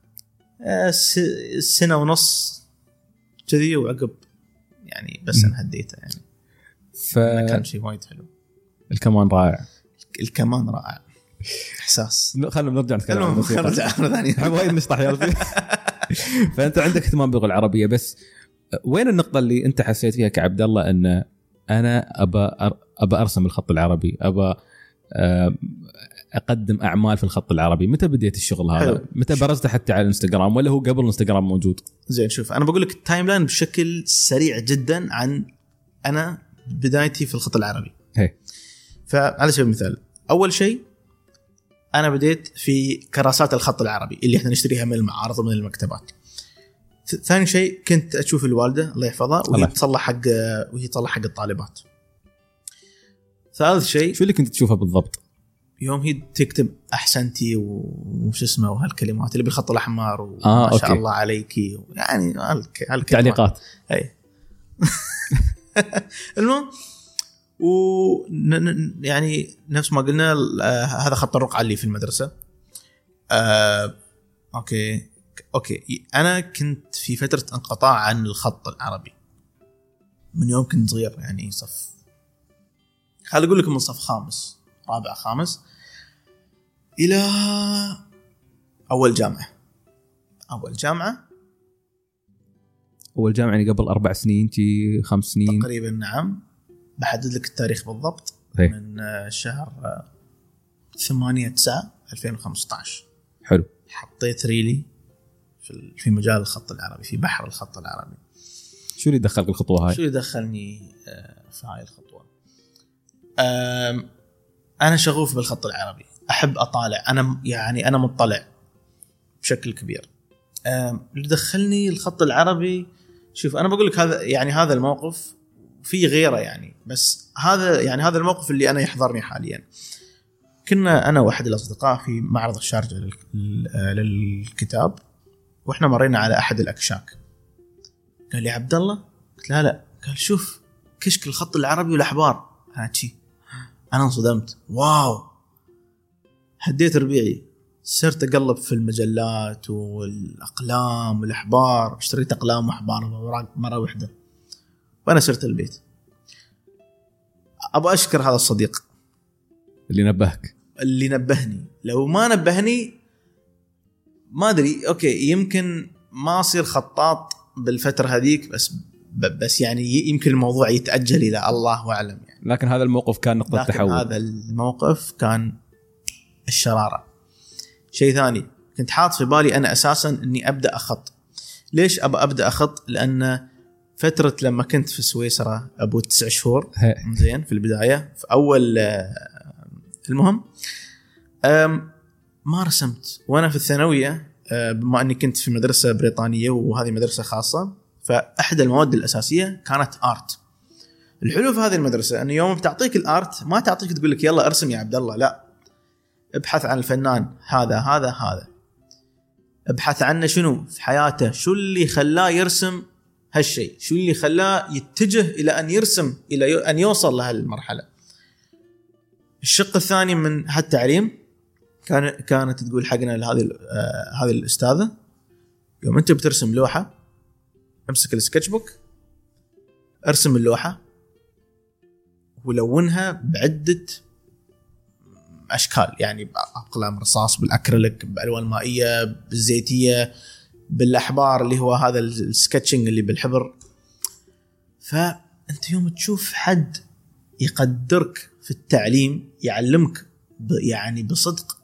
سنة ونص كذي، وعقب يعني بس أنا هديته يعني. ف... كان شيء وايد حلو. الكمان رائع. الكمان رائع، إحساس. خلنا نرجع نتكلم عن الموسيقى مرة ثانية. وايد نشطح يا ربي. فأنت عندك اهتمام باللغة العربية، بس وين النقطة اللي أنت حسيت فيها كعبد الله أن أنا أبى أبى أرسم الخط العربي، أبى أقدم أعمال في الخط العربي؟ متى بديت الشغل هذا؟ حلو. متى برزت حتى على الانستغرام ولا هو قبل الانستغرام موجود؟ زين شوف، أنا بقول لك التايم لاين بشكل سريع جدا عن أنا بدايتي في الخط العربي. هي. فعلى سبيل المثال، أول شيء أنا بديت في كراسات الخط العربي اللي إحنا نشتريها من المعارض ومن المكتبات. ثاني شيء كنت أشوف الوالدة الله يحفظها وهي تصلح حق وهي تصلح حق الطالبات. ثالث شيء، شو اللي كنت تشوفها بالضبط؟ يوم هي تكتب أحسنتي وش اسمه وهالكلمات اللي بالخط الأحمر وما آه، شاء أوكي. الله عليكي، يعني هالكلمات تعليقات. أي المهم، و يعني نفس ما قلنا هذا خط الرقعة اللي في المدرسة. آه، أوكي أوكي أنا كنت في فترة انقطاع عن الخط العربي من يوم كنت صغير، يعني صف خلي أقول لكم من صف خامس رابع خامس إلى أول جامعة. أول جامعة أول جامعة يعني قبل أربع سنين تي خمس سنين تقريبا. نعم، بحدد لك التاريخ بالضبط. هي. من شهر ثمانية تسعة ألفين وخمسة عشر. حلو. حطيت ريلي في في مجال الخط العربي، في بحر الخط العربي. شو اللي دخلك الخطوة هاي؟ شو اللي دخلني في هاي الخطوة؟ أنا شغوف بالخط العربي، أحب أطالع، أنا يعني أنا مطلع بشكل كبير. اللي دخلني الخط العربي، شوف أنا بقول لك هذا يعني هذا الموقف في غيره يعني، بس هذا يعني هذا الموقف اللي أنا يحضرني حاليا. كنا أنا وأحد الأصدقاء في معرض الشارجة للكتاب، وإحنا مرينا على أحد الأكشاك. قال لي عبد الله، قلت لا لا، قال شوف كشك الخط العربي والأحبار. هاتشي أنا انصدمت، واو. هديت ربيعي، صرت أقلب في المجلات والأقلام والأحبار، اشتريت أقلام وأحبار وأوراق مرة واحدة، وأنا صرت البيت. أبغى أشكر هذا الصديق اللي نبهك، اللي نبهني. لو ما نبهني ما أدري، أوكي يمكن ما أصير خطاط بالفترة هذيك، بس بس يعني يمكن الموضوع يتأجل إلى الله أعلم يعني. لكن هذا الموقف كان نقطة تحول. هذا الموقف كان الشرارة. شيء ثاني، كنت حاط في بالي أنا أساساً أني أبدأ أخط. ليش أبى أبدأ أخط؟ لأن فترة لما كنت في سويسرا أبو تسع شهور زين في البداية في أول المهم ما رسمت وأنا في الثانوية، بما أني كنت في مدرسة بريطانية وهذه مدرسة خاصة، فأحد المواد الأساسية كانت آرت. الحلو في هذه المدرسة أن يوم بتعطيك الآرت ما تعطيك تقول لك يلا ارسم يا عبد الله، لا، ابحث عن الفنان هذا هذا هذا، ابحث عنه شنو في حياته، شو اللي خلاه يرسم هالشيء، شو اللي خلاه يتجه إلى أن يرسم إلى أن يوصل لهالمرحلة. الشق الثاني من هالتعليم كان كانت تقول حقنا لهذه آه هذه الأستاذة، يوم أنت بترسم لوحة امسك السكتش بوك، ارسم اللوحة ولونها بعدة أشكال، يعني بأقلام رصاص، بالأكريليك، بألوان مائية، بالزيتية، بالأحبار اللي هو هذا السكتشنج اللي بالحبر. فأنت يوم تشوف حد يقدرك في التعليم يعلمك يعني بصدق،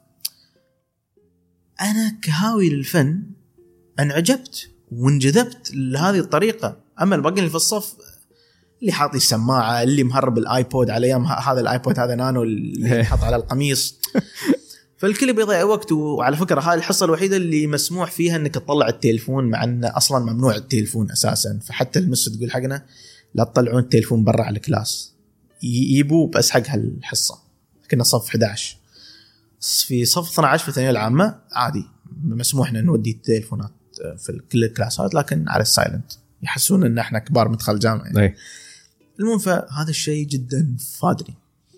أنا كهاوي للفن انعجبت وانجذبت لهذه الطريقة. أما الباقي اللي في الصف اللي حاطي السماعة، اللي مهرب الآيبود على أيام هذا الآيبود هذا نانو اللي حط على القميص، فالكل بيضيع وقت. وعلى فكرة هاي الحصة الوحيدة اللي مسموح فيها أنك تطلع التليفون، مع أنه أصلا ممنوع التليفون أساسا. فحتى المس تقول حقنا لا تطلعون التليفون برا على الكلاس، يجيبوا بس حق هالحصة. كنا صف إحدى عشر، في صف اثنا عشر في الثانوية العامة عادي مسموح لنا نودي التليفونات في كل الكلاسات، لكن على السايلنت، يحسون ان احنا كبار مدخل جامعة يعني. المهم فهذا الشيء جدا فادني.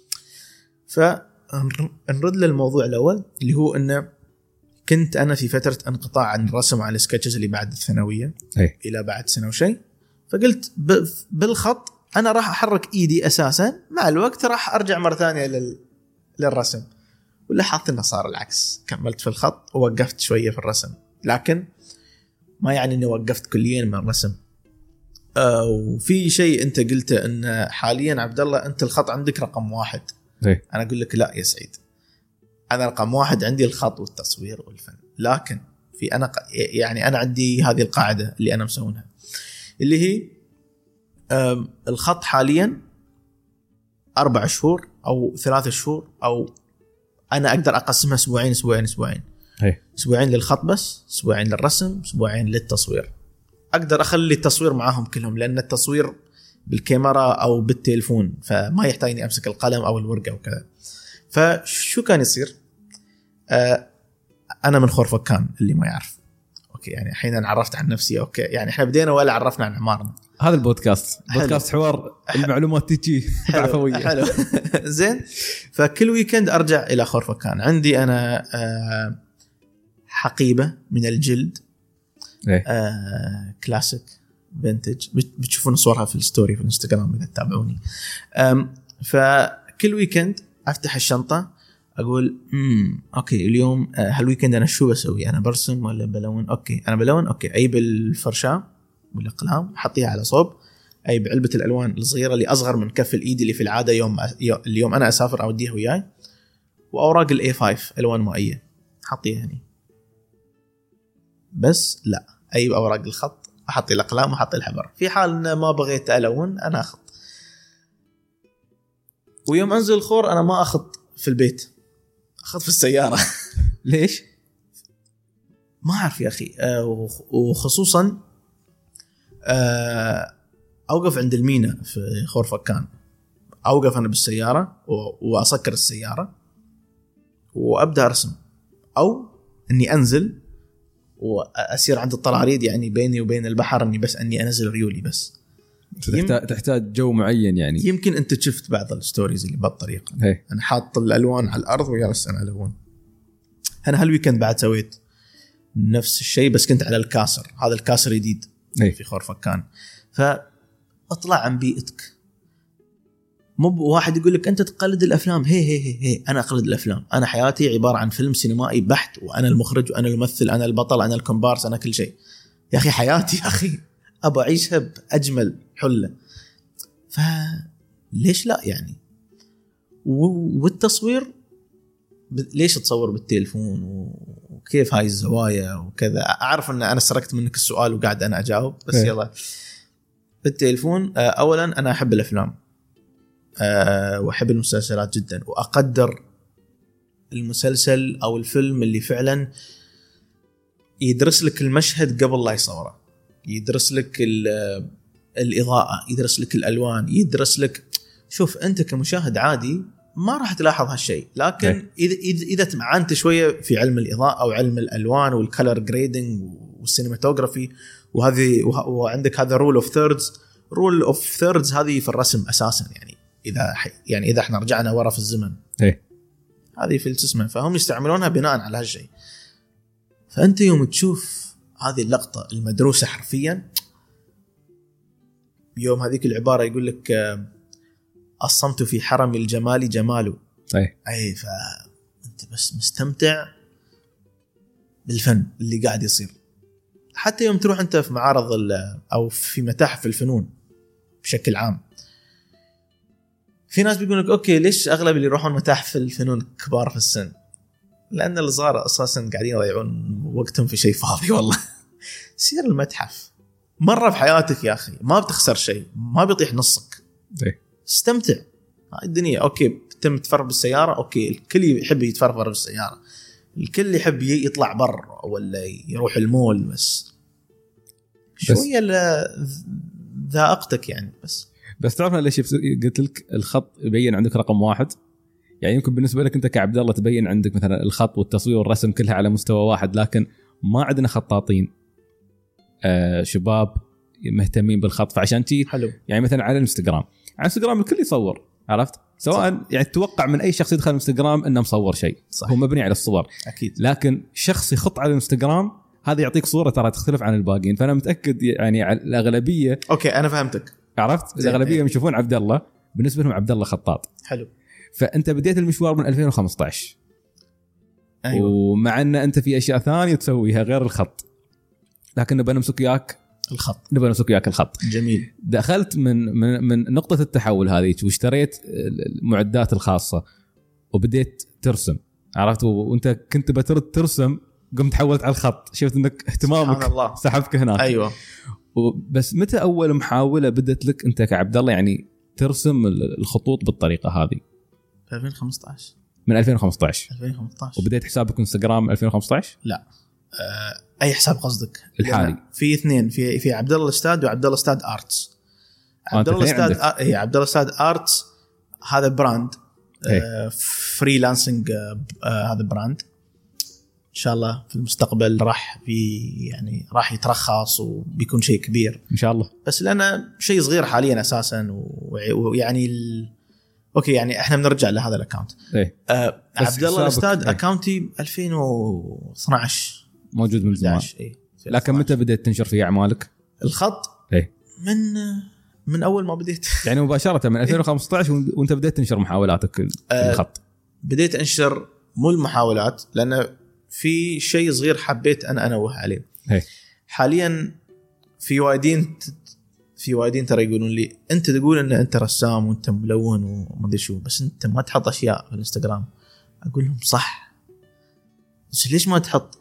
فنرد للموضوع الاول اللي هو انه كنت انا في فترة انقطاع عن الرسم على السكتشز اللي بعد الثانوية هي. الى بعد سنة وشيء، فقلت بالخط انا راح احرك ايدي اساسا، مع الوقت راح ارجع مرة ثانية لل... للرسم. ولاحظت انه صار العكس، كملت في الخط ووقفت شوية في الرسم، لكن ما يعني اني وقفت كليا من الرسم. آه وفي شيء انت قلته ان حاليا عبد الله انت الخط عندك رقم واحد. إيه. انا اقول لك لا يا سعيد، انا رقم واحد عندي الخط والتصوير والفن، لكن في انا يعني انا عندي هذه القاعده اللي انا مسوينها اللي هي الخط حاليا أربع شهور أو ثلاثة شهور، أو أنا أقدر أقسمها أسبوعين أسبوعين أسبوعين هي. أسبوعين للخط بس، أسبوعين للرسم، أسبوعين للتصوير. أقدر أخلي التصوير معاهم كلهم، لأن التصوير بالكاميرا أو بالتليفون فما يحتاج إني أمسك القلم أو الورقة وكذا. فشو كان يصير؟ آه أنا من خورفكان اللي ما يعرف. أوكي يعني الحين أنا عرفت عن نفسي. أوكي يعني إحنا بدينا ولا عرفنا عن عمارنا. هذا البودكاست بودكاست حوار المعلومات تجي بعفوية. حلو. زين. فكل ويكند أرجع إلى خورفكان. عندي أنا آه حقيبة من الجلد آه كلاسيك فينتج، بتشوفون صورها في الستوري في الانستغرام إذا تتابعوني. فكل ويكند أفتح الشنطة أقول امم أوكي اليوم هالويكند أنا شو بسوي؟ أنا برسم ولا بلون؟ أوكي أنا بلون. أوكي أجيب الفرشاة والأقلام حطيها على صوب، أجيب علبة الألوان الصغيرة اللي أصغر من كف الإيد اللي في العادة يوم اليوم أنا أسافر أوديها وياي، وأوراق الإيه فايف ألوان مائية حطيها هني. بس لا أجيب أوراق الخط أحطي الأقلام وأحطي الحبر. في حال إن ما بغيت ألون أنا أخط. ويوم أنزل الخور أنا ما أخط في البيت، أخذ في السيارة. ليش؟ ما أعرف يا أخي. أه وخصوصا أه أوقف عند المينا في خورفكان، أوقف أنا بالسيارة وأسكر السيارة وأبدأ أرسم، أو أني أنزل وأسير عند الطلاريد يعني بيني وبين البحر، أني بس أني أنزل ريولي بس. تحتاج تحتاج جو معين يعني. يمكن أنت شفت بعض الستوريز اللي بالطريقة هي. أنا حاط الألوان على الأرض وجالس أنا ألون. أنا هالويكند بعد سويت نفس الشيء بس كنت على الكاسر. هذا الكاسر جديد في خورفكان. فأطلع عن بيئتك. مو واحد يقول لك أنت تقلد الأفلام. هي هي هي هي أنا أقلد الأفلام. أنا حياتي عبارة عن فيلم سينمائي بحت، وأنا المخرج وأنا الممثل، أنا البطل، أنا الكومبارس، أنا كل شيء. يا أخي حياتي يا أخي أبى أعيشها بأجمل حلة. فليش لا يعني؟ والتصوير ليش تصور بالتليفون وكيف هاي الزوايا وكذا؟ أعرف أن أنا سرقت منك السؤال وقاعد أنا أجاوب بس هي. يلا بالتليفون. أولا أنا أحب الأفلام وأحب المسلسلات جدا، وأقدر المسلسل أو الفيلم اللي فعلا يدرس لك المشهد قبل لا يصوره، يدرس لك الإضاءة، يدرس لك الألوان، يدرس لك. شوف أنت كمشاهد عادي ما راح تلاحظ هالشيء، لكن إذا إذا تمعنت شوية في علم الإضاءة أو علم الألوان والكالر جريدنج والسينماتوغرافي وهذه، وعندك هذا رول أوف ثيردز. رول أوف ثيردز هذه في الرسم أساسا يعني. إذا يعني إذا إحنا رجعنا ورا في الزمن إيه. هذه في الجسم، فهم يستعملونها بناء على هالشيء. فأنت يوم تشوف هذه اللقطة المدروسة حرفيا، يوم هذيك العبارة يقول لك الصمت في حرم الجمال جماله. أي أي فأنت بس مستمتع بالفن اللي قاعد يصير. حتى يوم تروح أنت في معارض أو في متاحف الفنون بشكل عام، في ناس بيقولك أوكي ليش أغلب اللي يروحون متاحف الفنون كبار في السن؟ لأن الصغار أساساً قاعدين يضيعون وقتهم في شيء فاضي. والله سير المتحف مرة في حياتك يا أخي، ما بتخسر شيء، ما بيطيح نصك. ده. استمتع. هاي الدنيا. أوكي تم تفرغ بالسيارة، أوكي الكل يحب يتفرغ بالسيارة، الكل يحب يطلع بر ولا يروح المول، بس شوية ذائقتك يعني. بس بس تعرفنا ليش قلت لك الخط يبين عندك رقم واحد؟ يعني يمكن بالنسبة لك أنت كعبد الله تبين عندك مثلا الخط والتصوير والرسم كلها على مستوى واحد، لكن ما عندنا خطاطين آه شباب مهتمين بالخط. فعشان تي يعني مثلا على الانستغرام، على الانستغرام الكل يصور، عرفت؟ سواء صح. يعني تتوقع من أي شخص يدخل الانستغرام إنه مصور شيء، هو مبني على الصور أكيد. لكن شخص يخط على الانستغرام هذا يعطيك صورة ترى تختلف عن الباقيين. فأنا متأكد يعني الأغلبية. أوكي أنا فهمتك، عرفت؟ الأغلبية إيه. يشوفون عبد الله بالنسبة لهم عبد الله خطاط. حلو. فأنت بديت المشوار من ألفين وخمسة عشر. أيوة. ومع أن أنت في أشياء ثانية تسويها غير الخط، لكن نبى نمسك إياك الخط نبغى نسوق وياك الخط. جميل. دخلت من من من نقطه التحول هذه واشتريت المعدات الخاصه وبديت ترسم، عرفت؟ وانت كنت بترد ترسم قمت تحولت على الخط، شفت انك اهتمامك سحبك هناك. ايوه. بس متى اول محاوله بدت لك انت كعبد الله يعني ترسم الخطوط بالطريقه هذه؟ في ألفين وخمسة عشر. من ألفين وخمسة عشر. ألفين وخمسة عشر. وبديت حسابك انستغرام ألفين وخمسة عشر؟ لا أه اي حساب قصدك؟ الحالي. في اثنين، في في عبد الله الاستاد وعبد الله الاستاد ارتس. عبد الله الاستاد اي عبد الله الاستاد ارتس هذا براند آه فريلانسنج آه هذا براند ان شاء الله في المستقبل راح في يعني راح يترخص وبيكون شيء كبير ان شاء الله، بس لانه شيء صغير حاليا اساسا ويعني ال... اوكي يعني احنا بنرجع لهذا الاكونت. ايه آه عبد الله الاستاد اكونتي ألفين واثناشر موجود من زمان. إيه. لكن متى بدأت تنشر فيه اعمالك الخط؟ ايه من من اول ما بديت يعني مباشره من ألفين وخمسة عشر وانت بديت تنشر محاولاتك الخط. بديت انشر مو المحاولات لان في شيء صغير حبيت انا انوه عليه. هي. حاليا في وايدين في وايدين ترى يقولون لي انت تقول ان انت رسام وانت ملون وما ادري شو، بس انت ما تحط اشياء في الانستغرام. اقول لهم صح، بس ليش ما تحط؟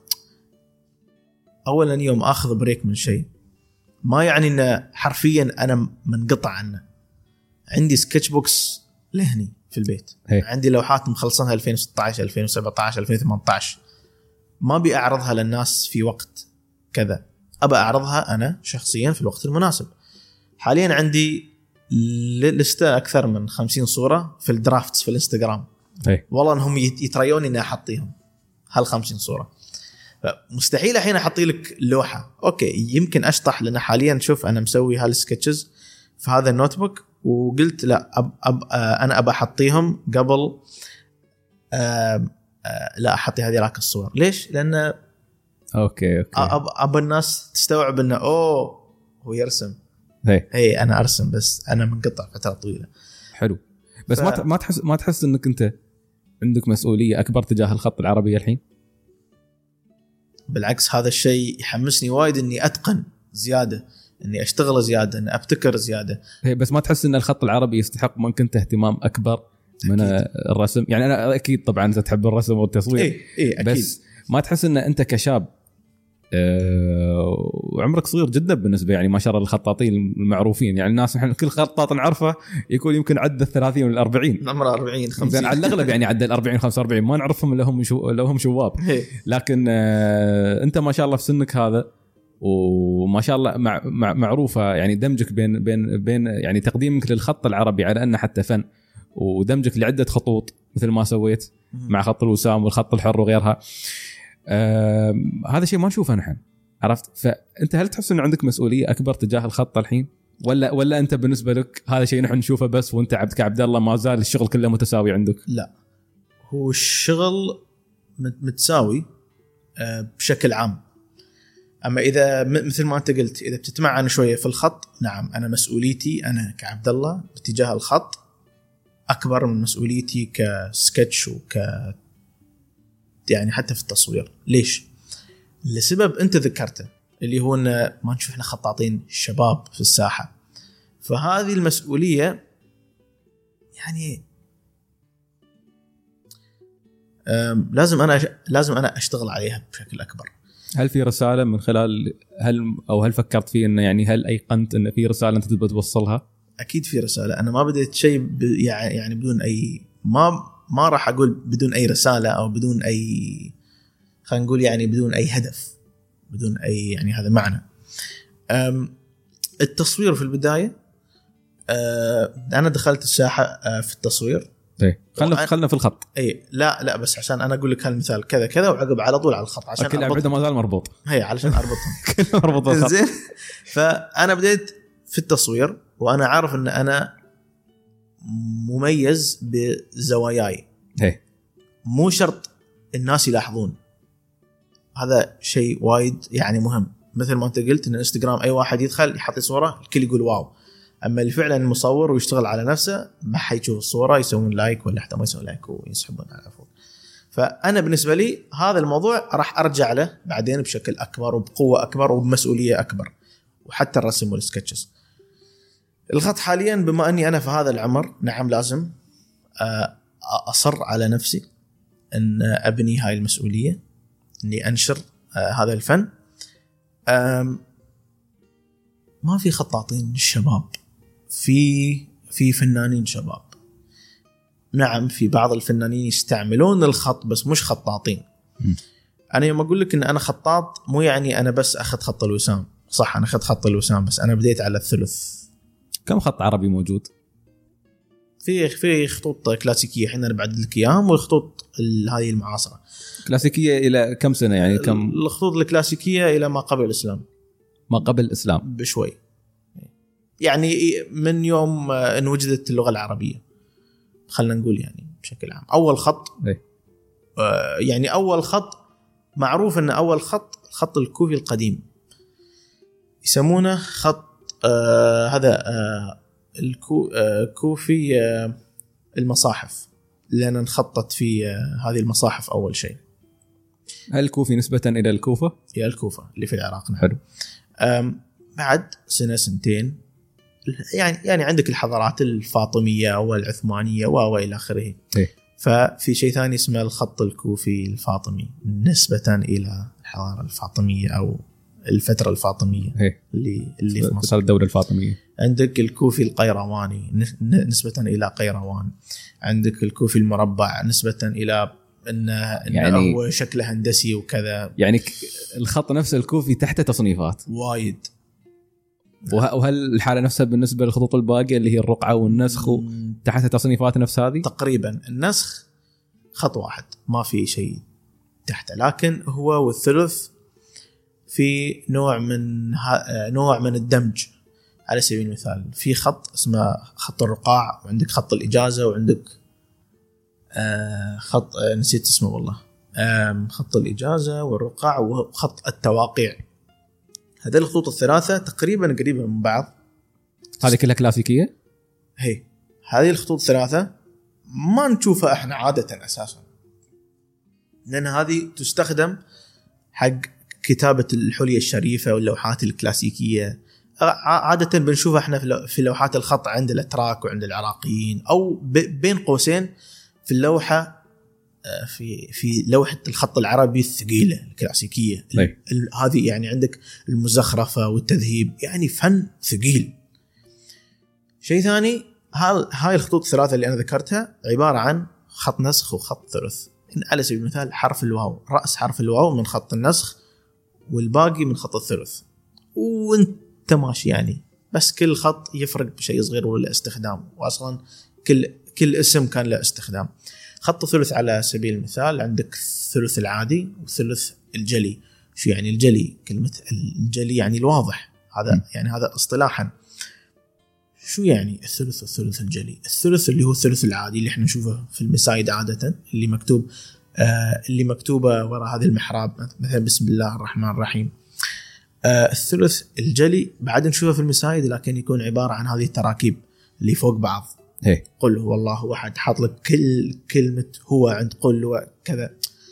اولا يوم اخذ بريك من شيء ما يعني ان حرفيا انا منقطع عنه. عندي سكتش بوكس لهني في البيت. هي. عندي لوحات مخلصنها ألفين وستة عشر ألفين وسبعة عشر ألفين وثمانية عشر، ما بي أعرضها للناس في وقت كذا، أبى أعرضها أنا شخصيا في الوقت المناسب. حاليا عندي لستة أكثر من خمسين صورة في الدرافتس في الانستغرام. هي. والله أنهم يتريوني أن أحطيهم هال خمسين صورة، مستحيل الحين أحطي لك لوحة. أوكي يمكن أشطح، لأن حاليا شوف أنا مسوي هالسكتشز في هذا النوت بوك، وقلت لا أب أب أنا أبى أحطيهم قبل أه أه لا أحطي هذه راك الصور. ليش؟ لأن أوكي أوكي أب أب الناس تستوعب إنه أوه هو يرسم. هي. هي أنا أرسم بس أنا منقطع فترة طويلة. حلو. بس ف... ما ما تحس ما تحس إنك أنت عندك مسؤولية أكبر تجاه الخط العربي الحين؟ بالعكس هذا الشيء يحمسني وايد إني أتقن زيادة، إني أشتغل زيادة، إني أبتكر زيادة. هي بس ما تحس إن الخط العربي يستحق من كنت اهتمام أكبر من أكيد. الرسم؟ يعني أنا أكيد طبعا أنت تحب الرسم والتصوير. إيه إيه أكيد. بس ما تحس إن أنت كشاب أه وعمرك صغير جدا بالنسبة يعني ما شاء الله الخطاطين المعروفين، يعني الناس نحن كل خطاط نعرفه يكون يمكن عدى الثلاثين ولا الأربعين، عمره أربعين خمسين على الأغلب يعني عدى الأربعين خمسة وأربعين ما نعرفهم إلا هم شو لو هم شباب. لكن أه أنت ما شاء الله في سنك هذا وما شاء الله مع مع معروفة يعني دمجك بين بين بين يعني تقديمك للخط العربي على أنه حتى فن، ودمجك لعدة خطوط مثل ما سويت مع خط الوسام والخط الحر وغيرها. آه هذا شيء ما نشوفه نحن، عرفت؟ فأنت هل تحس إن عندك مسؤولية أكبر تجاه الخط الحين، ولا ولا أنت بالنسبة لك هذا شيء نحن نشوفه بس وأنت عبد كعبد الله ما زال الشغل كله متساوي عندك؟ لا، هو الشغل متساوي آه بشكل عام. أما إذا مثل ما أنت قلت إذا بتتمعن شوية في الخط، نعم أنا مسؤوليتي أنا كعبد الله باتجاه الخط أكبر من مسؤوليتي كسكتش وك يعني حتى في التصوير. ليش؟ لسبب أنت ذكرته اللي هو أن ما نشوف إحنا خطاطين شباب في الساحة، فهذه المسؤولية يعني لازم أنا لازم أنا أشتغل عليها بشكل أكبر. هل في رسالة من خلال هل أو هل فكرت في إنه يعني هل أيقنت إن في رسالة أنت تبغى توصلها؟ أكيد في رسالة. أنا ما بديت شيء يعني بدون أي ما ما راح أقول بدون أي رسالة أو بدون أي خلينا نقول يعني بدون أي هدف، بدون أي يعني هذا معنى. التصوير في البداية أنا دخلت الساحة في التصوير. إيه خلنا خلنا في الخط. إيه لا لا بس عشان أنا أقول لك هالمثال كذا كذا وعقب على طول على الخط عشان كل عبده ما زال مربوط. هي علشان أربطهم. كل مربوط الخط. زين. فأنا بديت في التصوير وأنا عارف إن أنا مميز بزواياي. إيه. مو شرط الناس يلاحظون، هذا شيء وايد يعني مهم. مثل ما أنت قلت إن الانستغرام أي واحد يدخل يحط صورة الكل يقول واو، أما اللي فعلا مصور ويشتغل على نفسه ما حيشوف الصورة يسوون لايك ولا حتى ما يسوون لايك ويسحبون على فوق. فأنا بالنسبة لي هذا الموضوع راح أرجع له بعدين بشكل أكبر وبقوة أكبر وبمسؤولية أكبر. وحتى الرسم والسكتشز. الخط حاليا بما أني أنا في هذا العمر، نعم لازم أصر على نفسي أن أبني هاي المسؤولية، أني أنشر هذا الفن. ما في خطاطين شباب، في في فنانين شباب. نعم في بعض الفنانين يستعملون الخط بس مش خطاطين. م. أنا يوم أقول لك أن أنا خطاط مو يعني أنا بس أخذ خط الوسام، صح أنا أخذ خط الوسام بس أنا بديت على الثلث. كم خط عربي موجود؟ في في خطوط كلاسيكية حين أنا بعد لك إياهم، والخطوط هذه المعاصرة. كلاسيكية إلى كم سنة يعني؟ كم الخطوط الكلاسيكية إلى ما قبل الإسلام. ما قبل الإسلام بشوي، يعني من يوم أن وجدت اللغة العربية خلنا نقول، يعني بشكل عام أول خط إيه؟ آه يعني أول خط معروف أن أول خط خط الكوفي القديم، يسمونه خط آه هذا آه الكوفي آه آه المصاحف، لأن نخطط في آه هذه المصاحف أول شيء. هل الكوفي نسبة إلى الكوفة؟ إلى الكوفة اللي في العراق. حلو. بعد سنة سنتين يعني يعني عندك الحضارات الفاطمية والعثمانية وإلى آخره. إيه؟ ففي شيء ثاني اسمه الخط الكوفي الفاطمي نسبة إلى الحضارة الفاطمية أو الفترة الفاطمية. إيه؟ اللي اللي في مصر الدولة الفاطمية. عندك الكوفي القيرواني نسبة إلى قيروان. عندك الكوفي المربع نسبة إلى إنه إن يعني هو شكله هندسي وكذا. يعني الخط نفسه الكوفي تحت تصنيفات وايد. وهل الحالة نفسها بالنسبة للخطوط الباقية اللي هي الرقعة والنسخ تحت تصنيفات نفس هذه؟ تقريبا النسخ خط واحد ما في شيء تحته، لكن هو والثلث في نوع من نوع من الدمج. على سبيل المثال في خط اسمه خط الرقاع، وعندك خط الإجازة، وعندك آه خط آه نسيت اسمه والله، آه خط الإجازة والرقاع وخط التواقيع. هذه الخطوط الثلاثة تقريبا قريبة من بعض. هذه كلها كلاسيكية. هي هذه الخطوط الثلاثة ما نشوفها احنا عادة أساسا، لأن هذه تستخدم حق كتابة الحلية الشريفة واللوحات الكلاسيكية. عادة بنشوفها احنا في لوحات الخط عند الأتراك وعند العراقيين، أو بين قوسين في اللوحة في في لوحة الخط العربي الثقيلة الكلاسيكية. هذه يعني عندك المزخرفة والتذهيب، يعني فن ثقيل. شيء ثاني، هاي الخطوط الثلاثة اللي أنا ذكرتها عبارة عن خط نسخ وخط ثلث. على سبيل المثال حرف الواو، رأس حرف الواو من خط النسخ والباقي من خط الثلث، وانت ماشي يعني. بس كل خط يفرق بشيء صغير ولا استخدام، وأصلا كل كل اسم كان له استخدام. خط الثلث على سبيل المثال عندك الثلث العادي والثلث الجلي. شو يعني الجلي؟ كلمة الجلي يعني الواضح، هذا م. يعني هذا اصطلاحا. شو يعني الثلث والثلث الجلي؟ الثلث اللي هو الثلث العادي اللي احنا نشوفه في المساجد عادة، اللي مكتوب آه اللي مكتوبة وراء هذا المحراب مثلا بسم الله الرحمن الرحيم. آه الثلث الجلي بعد نشوفه في المساجد، لكن يكون عبارة عن هذه التراكيب اللي فوق بعض. هي. قل هو الله أحد، حاط لك كل كلمة هو عند قل وكذا.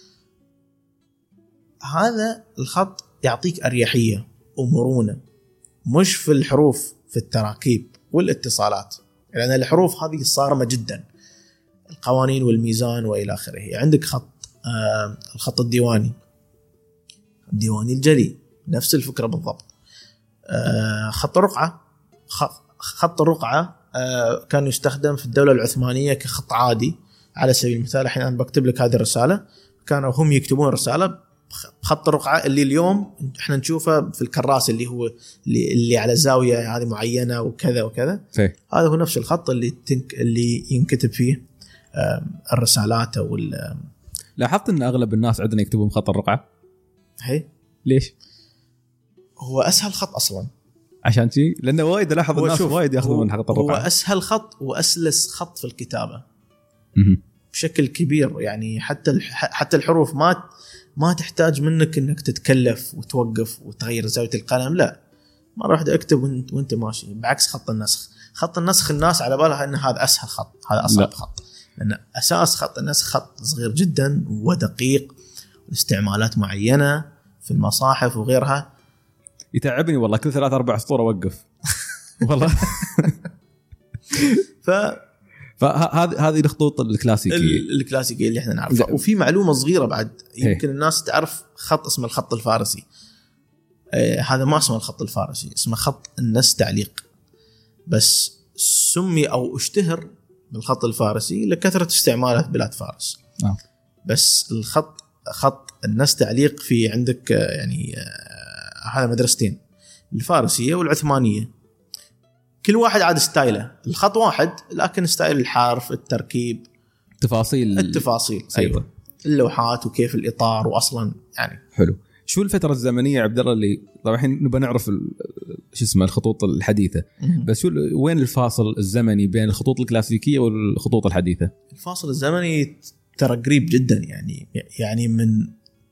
هذا الخط يعطيك أريحية ومرونة، مش في الحروف، في التراكيب والاتصالات، لأن يعني الحروف هذه صارمة جدا، القوانين والميزان وإلى آخره. عندك خط آه الخط الديواني، الديواني الجلي نفس الفكرة بالضبط. آه خط الرقعة، خط الرقعة آه كان يستخدم في الدولة العثمانية كخط عادي. على سبيل المثال الحين أنا بكتب لك هذه الرسالة، كانوا هم يكتبون رسالة بخط الرقعة اللي اليوم احنا نشوفه في الكراس اللي هو اللي, اللي على زاوية هذه معينة وكذا وكذا. سي. هذا هو نفس الخط اللي تنك اللي ينكتب فيه آه الرسالات أو. لاحظت أن أغلب الناس عندنا يكتبون بخط الرقعة. هي ليش؟ هو أسهل خط أصلاً. عشان شيء، لأنه وايد لاحظ الناس وايد يأخذون من خط الرقعة. هو أسهل خط وأسلس خط في الكتابة م- بشكل كبير. يعني حتى حتى الحروف ما ما تحتاج منك إنك تتكلف وتوقف وتغير زاوية القلم، لا، مرة واحدة اكتب وانت, وانت ماشي. بعكس خط النسخ، خط النسخ الناس على بالها إن هذا أسهل خط، هذا أصعب لا. خط، لأن أساس خط النسخ خط صغير جدا ودقيق، استعمالات معينة في المصاحف وغيرها. يتعبني والله كل ثلاث اربع اسطور اوقف والله. ف فهذه هذه الخطوط الكلاسيكيه الكلاسيكيه اللي احنا نعرفها. وفي معلومه صغيره بعد يمكن هي. الناس تعرف خط اسمه الخط الفارسي. آه هذا ما اسمه الخط الفارسي، اسمه خط النس تعليق، بس سمي او اشتهر بالخط الفارسي لكثره استعماله في بلاد فارس. آه. بس الخط خط النس تعليق في عندك آه يعني آه هذا مدرستين، الفارسيه والعثمانيه، كل واحد عاد ستايله. الخط واحد لكن ستايل الحرف، التركيب، تفاصيل التفاصيل ايوه اللوحات وكيف الاطار واصلا يعني. حلو. شو الفتره الزمنيه يا عبد الله اللي طبعا الحين نبغى نعرف شو اسمه الخطوط الحديثه، بس شو وين الفاصل الزمني بين الخطوط الكلاسيكيه والخطوط الحديثه؟ الفاصل الزمني ترى قريب جدا يعني يعني من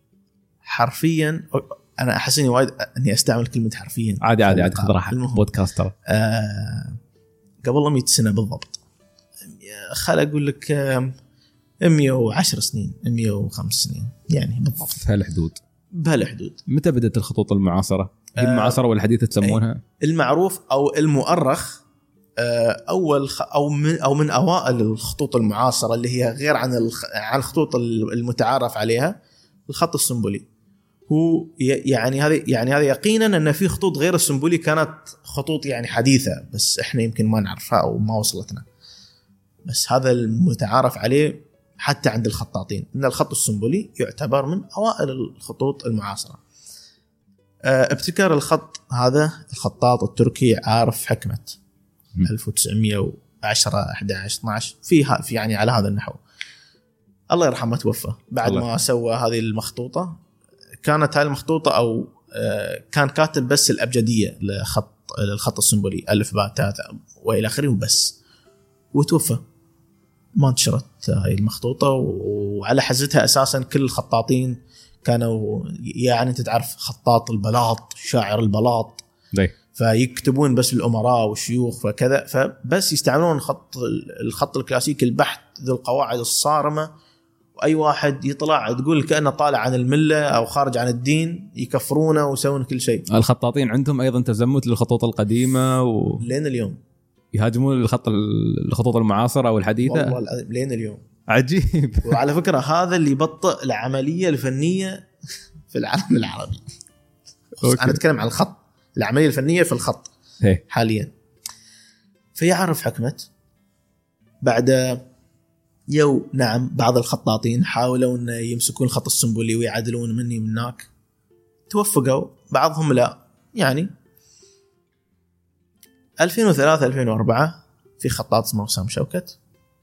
حرفيا انا احس اني وايد اني استعمل كلمه حرفيا. عادي عادي عادي خذ راحتك بودكاست ترى. آه قبل مئة سنه بالضبط، خل اقول لك آه مئة وعشر سنين مئة وخمس سنين يعني بالضبط في هالحدود. بهالحدود. متى بدأت الخطوط المعاصره؟ هي آه المعاصره والحديثه تسمونها؟ المعروف او المؤرخ آه اول خ او من او من اوائل الخطوط المعاصره اللي هي غير عن الخ... عن الخطوط المتعارف عليها، الخط السنبلي. هو يعني هذه يعني هذا يقينا ان في خطوط غير السنبلي كانت خطوط يعني حديثه، بس احنا يمكن ما نعرفها او ما وصلتنا. بس هذا المتعارف عليه حتى عند الخطاطين ان الخط السنبلي يعتبر من اوائل الخطوط المعاصره. ابتكر الخط هذا الخطاط التركي عارف حكمة ألف وتسعمئة وعشرة أحد عشر اثنا عشر فيها في يعني على هذا النحو. الله يرحمه توفى بعد الله. ما سوى هذه المخطوطة. كانت هذه المخطوطة أو كان كاتب بس الأبجدية لخط الخط السنبلي ألف باء تاء وإلى آخره وبس، وتوفى ما انتشرت هذه المخطوطة. وعلى حزتها أساسا كل الخطاطين كانوا يعني انت تعرف خطاط البلاط شاعر البلاط دي. فيكتبون بس الأمراء والشيوخ فكذا، فبس يستعملون خط الخط الكلاسيكي البحت ذو القواعد الصارمة، وأي واحد يطلع تقول كأنه طالع عن الملة أو خارج عن الدين يكفرونه ويسوون كل شيء. الخطاطين عندهم أيضا تزمت للخطوط القديمة و... لين اليوم يهاجمون الخط الخطوط المعاصرة والحديثة والله العظيم لين اليوم. عجيب. وعلى فكرة هذا اللي يبطئ العملية الفنية في العالم العربي. أنا أتكلم عن الخط، العملية الفنية في الخط هي. حاليا. فيعرف حكمة بعد يو نعم بعض الخطاطين حاولوا أن يمسكون الخط السنبلي ويعدلون مني من هناك، توفقوا بعضهم لا. يعني ألفين وثلاثة ألفين وأربعة في خطاط اسمه وسام شوكت،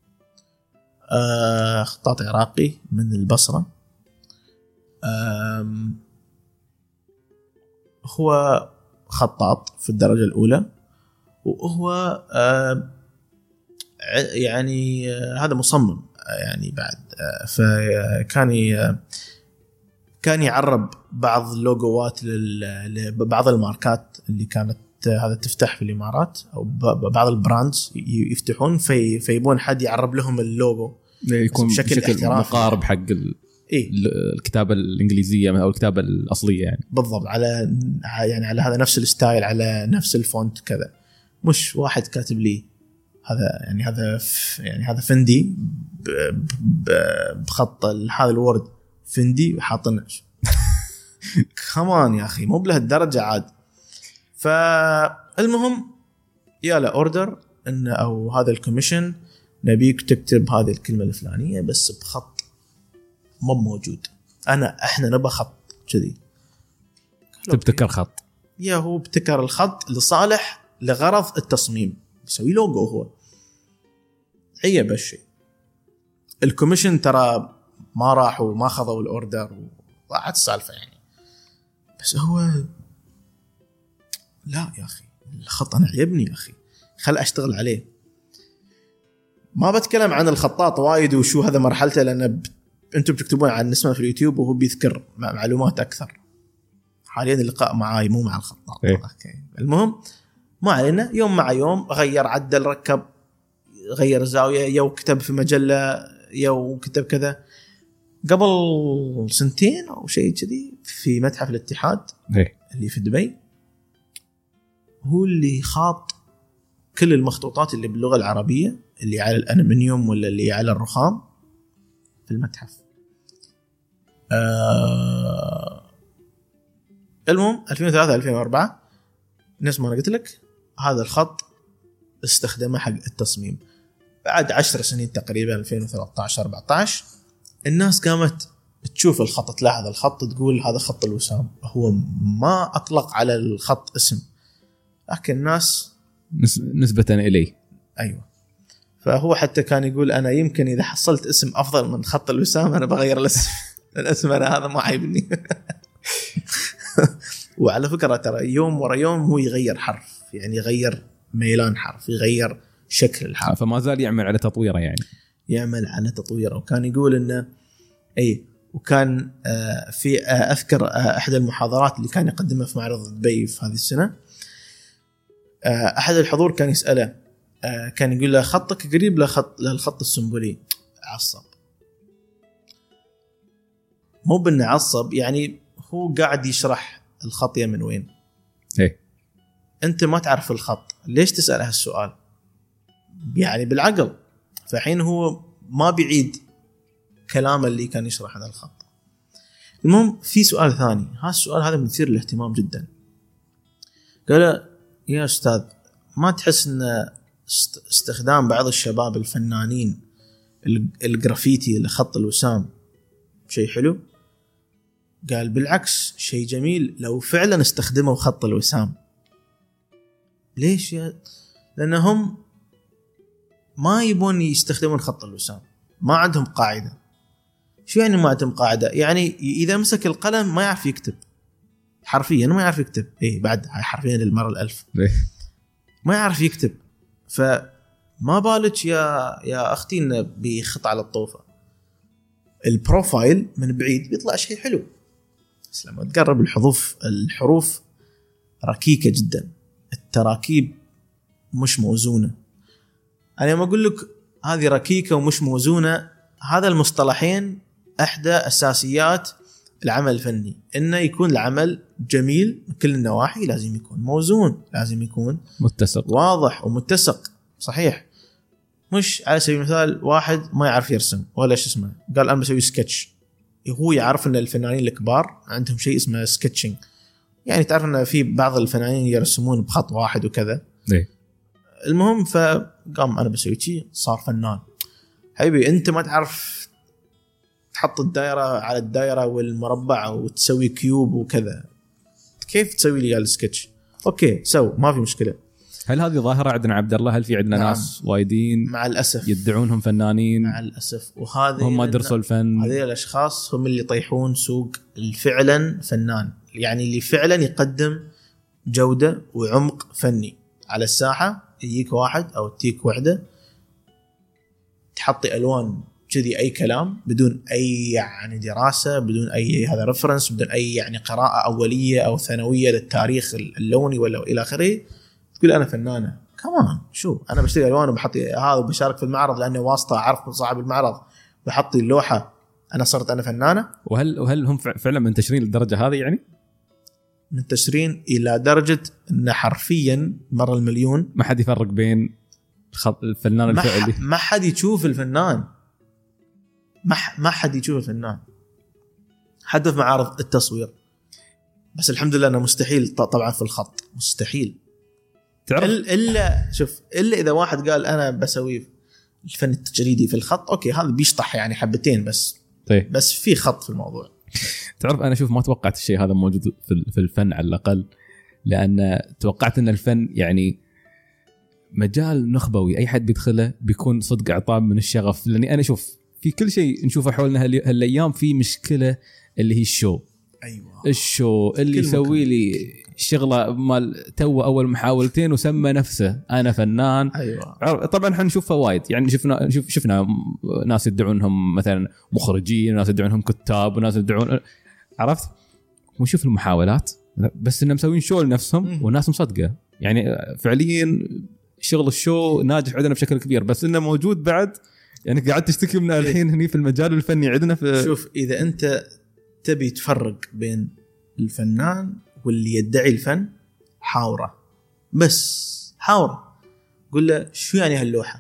آه خطاط عراقي من البصرة، هو خطاط في الدرجة الأولى، وهو آه يعني آه هذا مصمم يعني بعد آه فكان آه كان يعرب بعض اللوجوات لبعض الماركات اللي كانت هذا تفتح في الإمارات أو بعض البراندز يفتحون في فيبون حد يعرب لهم اللوجو يكون بشكل, بشكل مقارب حق ال... إيه؟ الكتابة الإنجليزية أو الكتابة الأصلية يعني بالضبط على يعني على هذا نفس الستايل على نفس الفونت كذا، مش واحد كاتب لي هذا يعني هذا يعني هذا فندي بخط هذا الورد فندي وحاطنه كمان يا أخي مو بلهالدرجة عاد. فالمهم يا له اوردر ان او هذا الكوميشن نبيك تكتب هذه الكلمه الفلانيه بس بخط مو موجود، انا احنا نبغى خط كذي. تبتكر خط يا هو ابتكر الخط لصالح لغرض التصميم، يسوي لوجو هو عيب الشيء. الكوميشن ترى ما راحوا ما خذوا الاوردر وقعدت السالفه يعني، بس هو لا يا أخي الخط أنا عيبني يا أخي خل أشتغل عليه. ما بتكلم عن الخطاط وايد وشو هذا مرحلته، لأن ب... أنتم بتكتبون عن اسمه في اليوتيوب وهو بيذكر معلومات أكثر. حاليا اللقاء معاي مو مع الخطاط. أوكي. المهم ما علينا، يوم مع يوم غير عدل ركب غير الزاوية، يو كتب في مجلة يو كتب كذا. قبل سنتين أو شيء كذي في متحف الاتحاد هي. اللي في دبي هو اللي خاط كل المخطوطات اللي باللغة العربية اللي على الألمنيوم ولا اللي على الرخام في المتحف. آه المهم ألفين وثلاثة ألفين وأربعة نفس ما أنا قلت لك هذا الخط استخدمه حق التصميم. بعد عشر سنين تقريبا ألفين وثلاثة عشر أربعة عشر الناس قامت تشوف الخط، تلاحظ الخط تقول هذا خط الوسام. هو ما أطلق على الخط اسم، لكن الناس نسبة إليه. أيوة. فهو حتى كان يقول أنا يمكن إذا حصلت اسم أفضل من خط الوسام أنا بغير الاسم. الاسم أنا هذا ما عيبني. وعلى فكرة ترى يوم ورا يوم هو يغير حرف، يعني يغير ميلان حرف، يغير شكل الحرف. فما زال يعمل على تطويره، يعني يعمل على تطويره. وكان يقول إنه أي وكان آه في آه أذكر آه أحد المحاضرات اللي كان يقدمها في معرض دبي في هذه السنة، آه أحد الحضور كان يسأله، آه كان يقول له خطك قريب لخط للخط السنبولي. عصب، مو بأنه عصب، يعني هو قاعد يشرح الخط من وين. إيه أنت ما تعرف الخط، ليش تسأل هالسؤال؟ يعني بالعقل. فحين هو ما بيعيد كلامه اللي كان يشرح هذا الخط. المهم في سؤال ثاني، هذا السؤال هذا مثير للاهتمام جدا. قال يا أستاذ ما تحس أن استخدام بعض الشباب الفنانين الجرافيتي لخط الوسام شيء حلو؟ قال بالعكس شيء جميل لو فعلا استخدموا خط الوسام. ليش يا؟ لأنهم ما يبون يستخدمون خط الوسام، ما عندهم قاعدة. شو يعني ما عندهم قاعدة؟ يعني إذا مسك القلم ما يعرف يكتب حرفيا، ما يعرف يكتب. إيه بعد هاي حرفيا للمرة الألف ما يعرف يكتب. فما بالك يا يا أختي إنه بيخط على الطوفة. البروفايل من بعيد بيطلع شيء حلو، بس لما تقرب الحروف الحروف ركيكة جدا، التراكيب مش موزونة. أنا ما أقول لك هذه ركيكة ومش موزونة، هذا المصطلحين أحدى أساسيات العمل الفني، إنه يكون العمل جميل من كل النواحي، لازم يكون موزون، لازم يكون متسق واضح ومتسق. صحيح، مش على سبيل المثال واحد ما يعرف يرسم ولا شو اسمه قال أنا بسوي سكتش، هو يعرف أن الفنانين الكبار عندهم شيء اسمه سكتشنج، يعني تعرف أن في بعض الفنانين يرسمون بخط واحد وكذا. ليه؟ المهم فقام أنا بسوي شيء صار فنان. حبيبي أنت ما تعرف تحط الدائرة على الدائرة والمربع وتسوي كيوب وكذا، كيف تسوي لي السكتش؟ أوكي سو، ما في مشكلة. هل هذه ظاهرة عندنا عبد الله؟ هل في عندنا نعم. ناس وايدين مع الأسف يدعونهم فنانين؟ مع الأسف، وهذه هم ما درسوا الفن. هذه الأشخاص هم اللي يطيحون سوق الفعلا فنان، يعني اللي فعلا يقدم جودة وعمق فني على الساحة. يجيك واحد أو تيك وحدة تحطي ألوان كذي أي كلام بدون أي يعني دراسة، بدون أي هذا ريفرنس، بدون أي يعني قراءة أولية أو ثانوية للتاريخ اللوني ولا إلى آخره، تقول أنا فنانة. كمان شو أنا بشتري ألوان وبحط هذا وبشارك في المعرض لأنه واسطة أعرف صاحب المعرض، بحط اللوحة أنا صرت أنا فنانة. وهل وهل هم فعلا منتشرين للدرجة هذه؟ يعني منتشرين إلى درجة أن حرفيا مرة المليون ما حد يفرق بين الفنان الفعلي، ما حد يشوف الفنان، ما ما حد يشوف الفنان حتى في معارض التصوير. بس الحمد لله أنا مستحيل طبعا في الخط مستحيل تعرف إلا شوف إلا إذا واحد قال أنا بسوي الفن التجريدي في الخط، أوكي هذا بيشطح يعني حبتين بس. طيب. بس في خط في الموضوع. تعرف أنا شوف ما توقعت الشيء هذا موجود في الفن على الأقل، لأن توقعت أن الفن يعني مجال نخبوي أي حد بيدخله بيكون صدق عطاء من الشغف. لأني أنا شوف في كل شيء نشوفه حولنا هالأيام في مشكلة اللي هي الشو. أيوة. الشو اللي يسوي لي شغله مال تو اول محاولتين وسمى نفسه انا فنان. أيوة. طبعا احنا نشوفها وايد، يعني شفنا شوف شفنا ناس يدعونهم مثلا مخرجين، وناس يدعونهم كتاب، وناس يدعون عرفت، ونشوف المحاولات بس انهم مسوين شو لنفسهم والناس مصدقه. يعني فعليا شغل الشو ناجح عندنا بشكل كبير، بس انه موجود بعد يعني قاعد تشتكي منه الحين هني في المجال الفني عندنا. في شوف اذا انت تبي تفرق بين الفنان واللي يدعي الفن، حاوره بس حاور قول له شو يعني هاللوحة،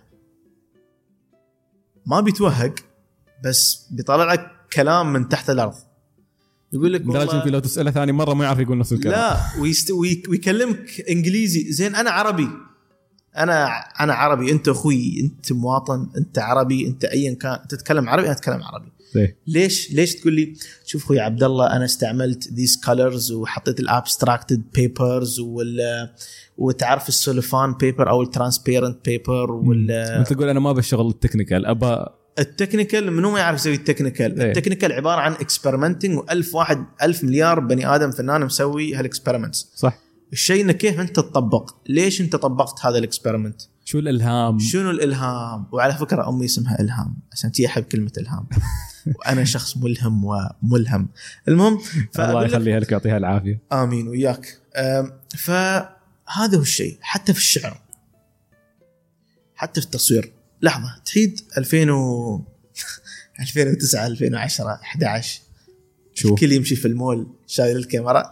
ما بيتوهق بس بيطلع لك كلام من تحت الأرض. يقول لك لدرجة لو تسأله ثاني مرة ما يعرف يقول نفس الكلام. لا ويست... ويكلمك إنجليزي زين. أنا عربي، أنا أنا عربي، أنت أخوي، أنت مواطن، أنت عربي، أنت أيا كان تتكلم عربي، أنا أتكلم عربي. ليه؟ ليش ليش تقول لي شوف أخوي عبد الله أنا استعملت these colors وحطيت الابستراكتد بيبرز ولا وتعرف السولفان بيبر أو الترانسبيرنت بيبر ولا أنت تقول أنا ما بالشغل التكنيكال أبا التكنيكال. منو ما يعرف يسوي التكنيكال؟ إيه؟ التكنيكال عبارة عن اكسبيرمنتنج وألف واحد ألف مليار بني آدم فنان مسوي هالاكسبيرمنتس. صح. الشيء إنه كيف أنت تطبق، ليش أنت طبقت هذا الاكسبيرمنت، شو الإلهام، شنو الإلهام. وعلى فكرة أمي اسمها إلهام عشان تي أحب كلمة إلهام وأنا شخص ملهم وملهم. المهم الله يخليها لك يعطيها العافية. آمين وياك. فهذا هو الشيء. حتى في الشعر، حتى في التصوير. لحظة تحيد ألفين و ألفين وتسعة ألفين وعشرة أحد عشر شو الكل يمشي في المول شايل الكاميرا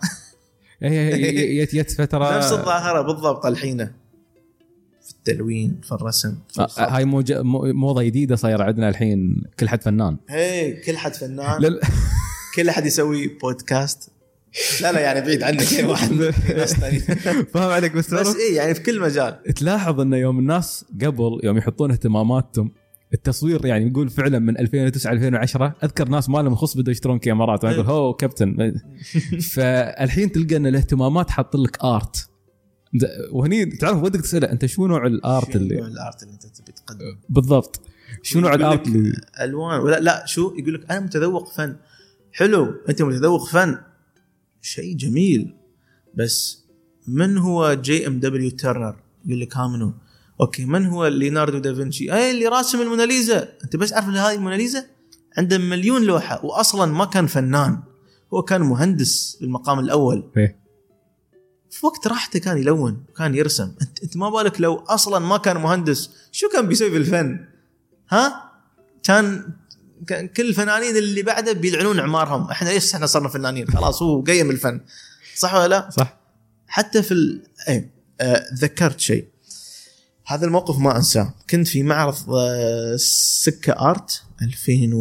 هي يت فترة نفس الظاهرة بالضبط الحين في التلوين في الرسم في آه هاي موج... موضة جديدة صايرة عندنا الحين. كل حد فنان. هي كل حد فنان لل... كل حد يسوي بودكاست. لا لا يعني بعيد عنك يعني واحد ناس ثاني فاهم عليك. بس بس إيه يعني في كل مجال تلاحظ إنه يوم الناس قبل يوم يحطون اهتماماتهم التصوير، يعني نقول فعلا من ألفين وتسعة ألفين وعشرة أذكر ناس ما لهم خص بدوا يشترون كاميرات وأقول هو كابتن. فالحين تلقى إن الاهتمامات حاط لك آرت، وهني تعرف ودك تسأله أنت شو نوع الآرت اللي نوع الآرت اللي أنت تبي تقدم بالضبط، شو نوع الآرت اللي ألوان ولا لا شو. يقول لك أنا متذوق فن. حلو أنت متذوق فن شيء جميل، بس من هو جي ام دبليو تيرنر؟ يقول لك ها منو؟ اوكي من هو ليوناردو دافنشي؟ اي اللي راسم الموناليزا. انت بس عارف هذه الموناليزا عنده مليون لوحه واصلا ما كان فنان، هو كان مهندس بالمقام الاول. إيه؟ في وقت راحته كان يلون كان يرسم. انت انت ما بالك لو اصلا ما كان مهندس شو كان بيسوي بالفن؟ ها كان كل الفنانين اللي بعده بيلعنون اعمارهم. احنا ليش احنا صرنا فنانين؟ خلاص هو قيم الفن. صح ولا لا؟ صح. حتى في ال... ايه آه، ذكرت شيء هذا الموقف ما انساه. كنت في معرض آه، سكة آرت ألفين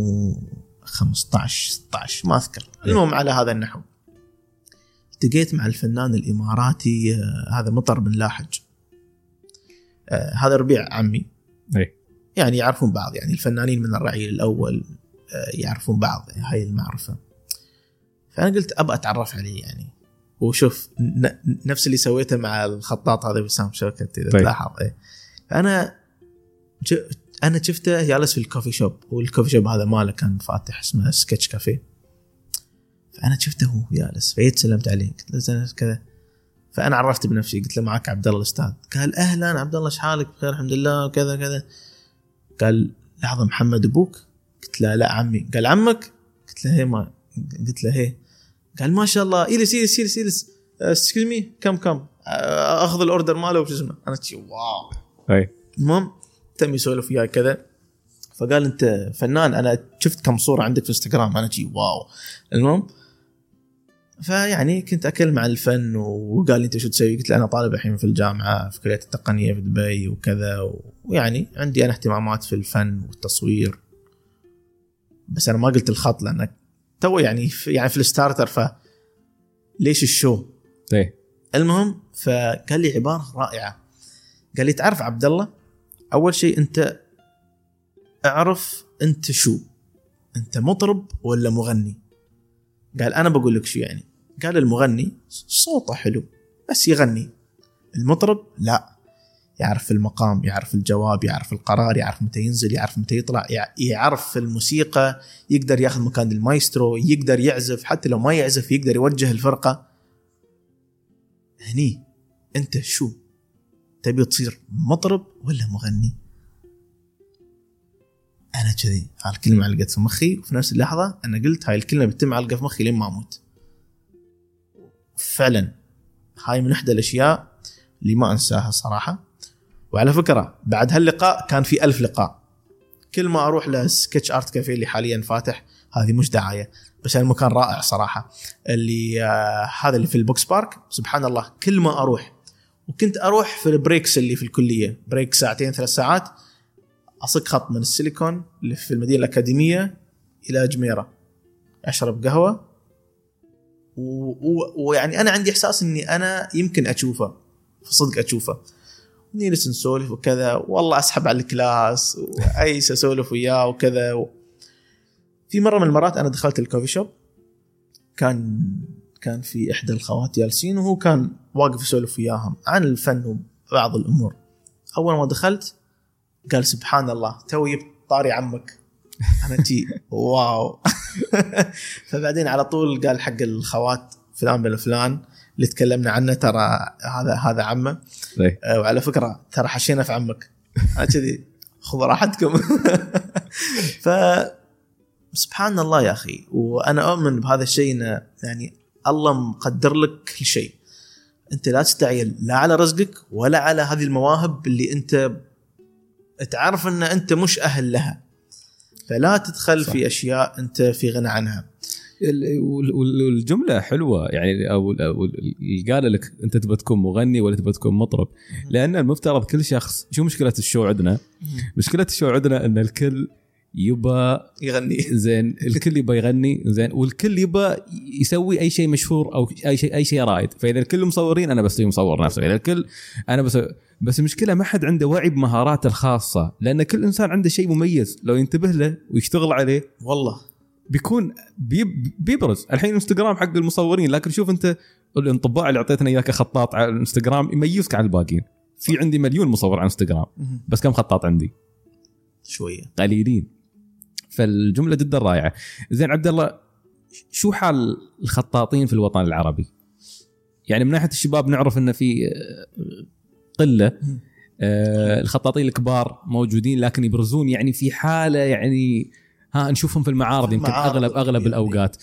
وخمسطعش ستاشر ما اذكر. المهم على هذا النحو التقيت مع الفنان الاماراتي آه، هذا مطر بن لاحج. آه، هذا ربيع عمي. ايه يعني يعرفون بعض، يعني الفنانين من الرعيل الأول يعرفون بعض هاي المعرفة. فأنا قلت أبغى أتعرف عليه يعني. وشوف نفس اللي سويته مع الخطاط هذا بسام شوكت إذا تلاحظ. إيه. فأنا ج... أنا شفته جالس في الكوفي شوب، والكوفي شوب هذا ماله كان فاتح اسمه سكتش كافيه. فأنا شفته هو جالس فيت سلمت عليه قلت له زين كذا. فأنا عرفت بنفسي قلت له معك عبد الله الأستاذ. قال أهلا عبد الله شحالك؟ بخير الحمد لله وكذا كذا. قال لحظة محمد أبوك؟ قلت له لا عمي. قال عمك؟ قلت له هي ما قلت له هي. قال ما شاء الله إيلس إيلس إيلس إيلس excuse me كم كم أخذ الأوردر ماله وش اسمه. أنا تشي واو. أي. المهم تم يسولف وياي كذا. فقال أنت فنان؟ أنا شفت كم صورة عندك في إنستغرام. أنا تشي واو. المهم فيعني كنت أكل مع الفن وقال لي أنت شو تسوي؟ قلت له أنا طالب الحين في الجامعة في كلية التقنية في دبي وكذا، ويعني عندي أنا اهتمامات في الفن والتصوير، بس أنا ما قلت الخط لأنك تو يعني في يعني في الستارتر فليش الشو. إيه. المهم فقال لي عبارة رائعة. قال لي تعرف عبد الله أول شيء أنت اعرف أنت شو، أنت مطرب ولا مغني؟ قال أنا بقول لك شو يعني. قال المغني صوته حلو بس يغني، المطرب لا، يعرف المقام، يعرف الجواب، يعرف القرار، يعرف متى ينزل، يعرف متى يطلع، يعرف الموسيقى، يقدر ياخذ مكان المايسترو، يقدر يعزف، حتى لو ما يعزف يقدر يوجه الفرقة. هني أنت شو تبي تصير، مطرب ولا مغني؟ أنا كذي هاي الكلمة علقت في مخي، وفي نفس اللحظة أنا قلت هاي الكلمة بتتم علقة في مخي لين ما أموت. فعلا هاي من إحدى الأشياء اللي ما أنساها صراحة. وعلى فكرة بعد هاللقاء كان في ألف لقاء، كل ما أروح لسكتش آرت كافيه اللي حاليا فاتح، هذه مش دعاية بس المكان رائع صراحة، اللي آه هذا اللي في البوكس بارك. سبحان الله كل ما أروح وكنت اروح في البريكس اللي في الكليه، بريك ساعتين ثلاث ساعات، اصك خط من السيليكون اللي في المدينه الاكاديميه الى جميره، اشرب قهوه، ويعني انا عندي احساس اني انا يمكن اشوفه، صدق اشوفه، نجلس نسولف وكذا، والله اسحب على الكلاس وايس اسولف وياه وكذا. في مره من المرات انا دخلت الكوفي شوب، كان كان في احدى الخوات جالسين وهو كان واقف يسولف وياهم عن الفن وبعض الامور. اول ما دخلت قال سبحان الله توي طاري عمك. انا تي واو. فبعدين على طول قال حق الخوات فلان بن فلان اللي تكلمنا عنه ترى هذا هذا عمه، آه وعلى فكره ترى حشينا في عمك. انا كذي خذوا راحتكم. ف سبحان الله يا اخي، وانا اؤمن بهذا الشيء، يعني الله مقدر لك كل شيء، انت لا تستعجل لا على رزقك ولا على هذه المواهب اللي انت تعرف ان انت مش اهل لها، فلا تدخل صح. في اشياء انت في غنى عنها. والجمله حلوه يعني، او اللي قال لك انت تبى تكون مغني ولا تبى تكون مطرب، لان المفترض كل شخص، شو مشكله الشو عندنا؟ مشكله الشو عندنا ان الكل يبى يغني زين، الكل يبى يغني زين، والكل يبى يسوي اي شيء مشهور او اي شيء اي شيء رائد. فاذا الكل مصورين انا بس مصور نفسي، اذا الكل انا بس بس المشكله ما حد عنده وعي بمهاراته الخاصه، لان كل انسان عنده شيء مميز لو ينتبه له ويشتغل عليه والله بيكون بيبرز. الحين انستغرام حق المصورين، لكن شوف انت الانطباع اللي اعطيتنا اياه كخطاط على الانستغرام يميزك عن الباقيين. في عندي مليون مصور على انستغرام بس كم خطاط عندي؟ شويه قليلين. فالجمله جدا رائعه. زين عبد الله، شو حال الخطاطين في الوطن العربي؟ يعني من ناحيه الشباب نعرف ان في قله، آه الخطاطين الكبار موجودين لكن يبرزون يعني في حاله، يعني ها نشوفهم في المعارض يمكن اغلب اغلب الاوقات.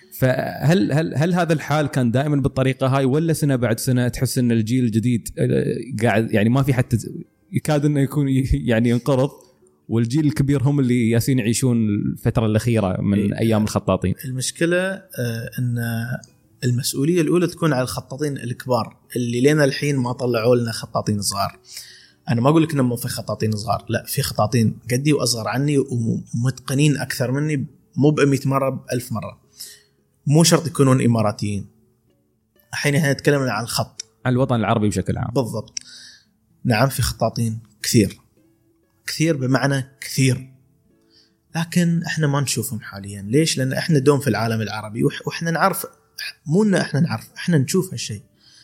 فهل هل هل هذا الحال كان دائما بالطريقه هاي، ولا سنه بعد سنه تحس ان الجيل الجديد قاعد يعني ما في حتى يكاد انه يكون يعني ينقرض، والجيل الكبير هم اللي ياسين يعيشون الفترة الأخيرة من أيام الخطاطين؟ المشكلة أن المسؤولية الأولى تكون على الخطاطين الكبار اللي لنا الحين ما طلعوا لنا خطاطين صغار. أنا ما أقول لك إنه في خطاطين صغار، لا، في خطاطين قدي وأصغر عني ومتقنين أكثر مني مو بمئة مرة بألف مرة، مو شرط يكونون إماراتيين. الحين احنا نتكلم عن الخط، عن الوطن العربي بشكل عام. بالضبط. نعم في خطاطين كثير كثير بمعنى كثير، لكن احنا ما نشوفهم حاليا. ليش؟ لان احنا دوم في العالم العربي واحنا نعرف، مو ان احنا نعرف، احنا نشوف هالشيء.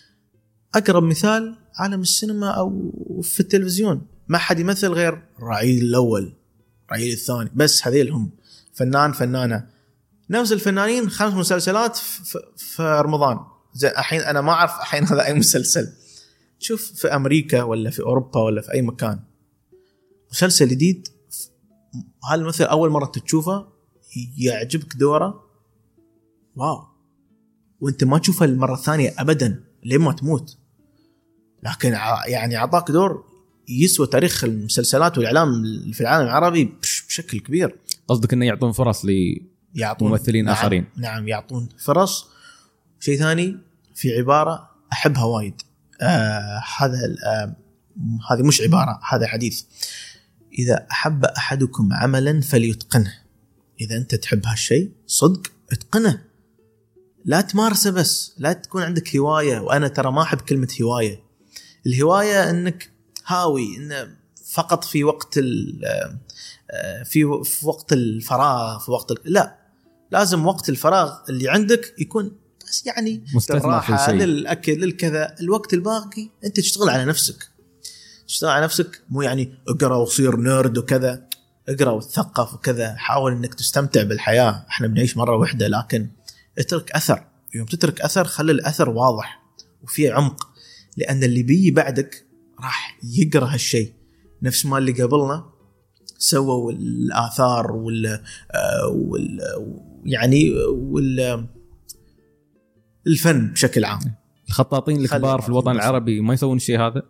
اقرب مثال عالم السينما او في التلفزيون، ما حد يمثل غير رعيل الاول رعيل الثاني، بس هذيل هم فنان فنانه، نفس الفنانين خمس مسلسلات في رمضان. زين الحين انا ما اعرف الحين هذا اي مسلسل. شوف في امريكا ولا في اوروبا ولا في اي مكان مسلسل جديد، هالمثل أول مرة تشوفه يعجبك دوره، واو، وانت ما تشوفه المرة الثانية أبدا لين ما تموت، لكن يعني عطاك دور يسوى تاريخ المسلسلات والإعلام في العالم العربي بشكل كبير. قصدك إنه يعطون فرص لممثلين نعم آخرين؟ نعم يعطون فرص. شيء ثاني، في عبارة أحبها وايد، آه هذا آه هذه مش عبارة، هذا حديث: إذا أحب أحدكم عملا فليتقنه. إذا أنت تحب هالشيء صدق اتقنه، لا تمارسه بس، لا تكون عندك هواية. وأنا ترى ما أحب كلمة هواية. الهواية أنك هاوي إن فقط في وقت في في وقت الفراغ، في وقت ال... لا، لازم وقت الفراغ اللي عندك يكون بس يعني مستثمر للأكل للكذا. الوقت الباقي أنت تشتغل على نفسك، تشتغل على نفسك، مو يعني اقرأ وصير نيرد وكذا. اقرأ وتثقف وكذا، حاول انك تستمتع بالحياة. احنا بنعيش مرة واحدة، لكن اترك اثر. يوم تترك اثر خلي الاثر واضح وفيه عمق، لان اللي بيجي بعدك راح يقرأ هالشيء. نفس ما اللي قبلنا سووا الآثار وال وال يعني وال الفن بشكل عام. الخطاطين الكبار في الوطن العربي ما يسوون الشيء هذا؟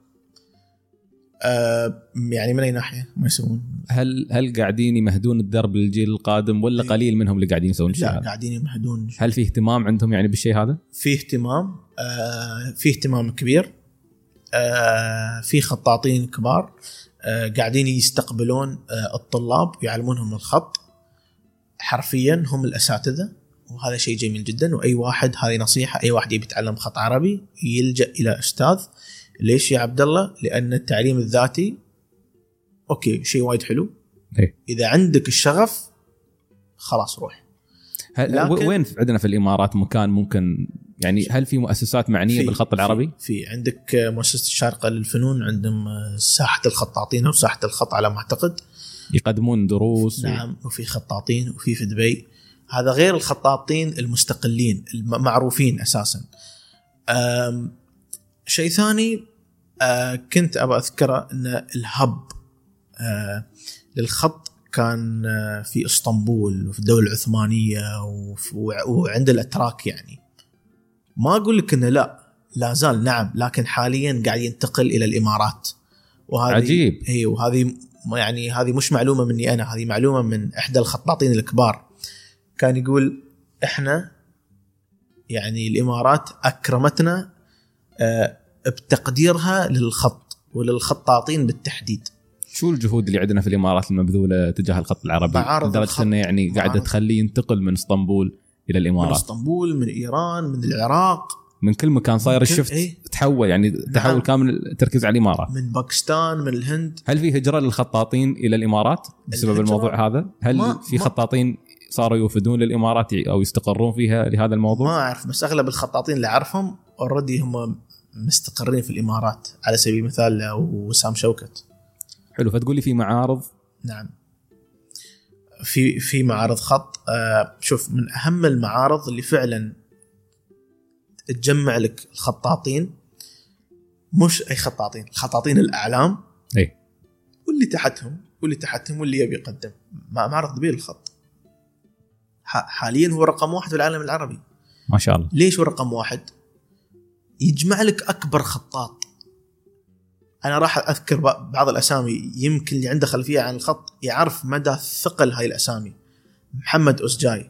آه يعني من أي ناحية ما يسوون؟ هل هل قاعدين يمهدون الدرب للجيل القادم، ولا قليل منهم اللي قاعدين يسوون الشيء هذا؟ لا، قاعدين يمهدون. هل في اهتمام عندهم يعني بالشيء هذا؟ في اهتمام، آه في اهتمام كبير. آه في خطاطين كبار آه قاعدين يستقبلون آه الطلاب ويعلمونهم الخط حرفيا، هم الأساتذة، وهذا شيء جميل جدا. وأي واحد، هذه نصيحة، أي واحد يبي يتعلم خط عربي يلجأ إلى أستاذ. ليش يا عبد الله؟ لأن التعليم الذاتي أوكي شيء وايد حلو، إيه. إذا عندك الشغف خلاص روح. لكن وين عندنا في الإمارات مكان ممكن يعني، هل في مؤسسات معنية في بالخط العربي؟ في, في عندك مؤسسة الشارقة للفنون، عندهم ساحة الخطاطين أو ساحة الخط على ما أعتقد، يقدمون دروس. نعم. وفي خطاطين، وفي في دبي. هذا غير الخطاطين المستقلين المعروفين أساسا. شيء ثاني كنت أبغى أذكره أن الهب للخط كان في اسطنبول وفي الدولة العثمانية وعند الأتراك. يعني ما أقول لك إنه لا، لا زال نعم، لكن حاليا قاعد ينتقل إلى الإمارات. وهذه عجيب. هي وهذه يعني هذه مش معلومة مني أنا، هذه معلومة من إحدى الخطاطين الكبار. كان يقول إحنا يعني الإمارات أكرمتنا بتقديرها للخط وللخطاطين بالتحديد. شو الجهود اللي عندنا في الإمارات المبذولة تجاه الخط العربي لدرجة أنه يعني قاعدة تخليه ينتقل من اسطنبول إلى الإمارات؟ من اسطنبول، من إيران، من العراق، من كل مكان صاير الشفت ايه؟ تحول يعني تحول نعم. كامل تركز على الإمارات، من باكستان، من الهند. هل في هجرة للخطاطين إلى الإمارات بسبب الموضوع هذا؟ هل ما في ما خطاطين صاروا يوفدون للإمارات أو يستقرون فيها لهذا الموضوع؟ ما أعرف، بس أغلب الخطاطين اللي أعرفهم أوردي هم مستقرين في الإمارات. على سبيل المثال وسام شوكت. حلو. فتقول لي في معارض؟ نعم، في في معارض خط. آه شوف، من أهم المعارض اللي فعلا تجمع لك الخطاطين، مش أي خطاطين، الخطاطين الأعلام أي. واللي تحتهم واللي تحتهم واللي يبي يقدم. معرض دبي للخط حاليا هو رقم واحد في العالم العربي. ما شاء الله. ليش هو رقم واحد؟ يجمع لك أكبر خطاط. أنا راح أذكر بعض الأسامي يمكن اللي عنده خلفية عن الخط يعرف مدى ثقل هاي الأسامي. محمد أسجاي،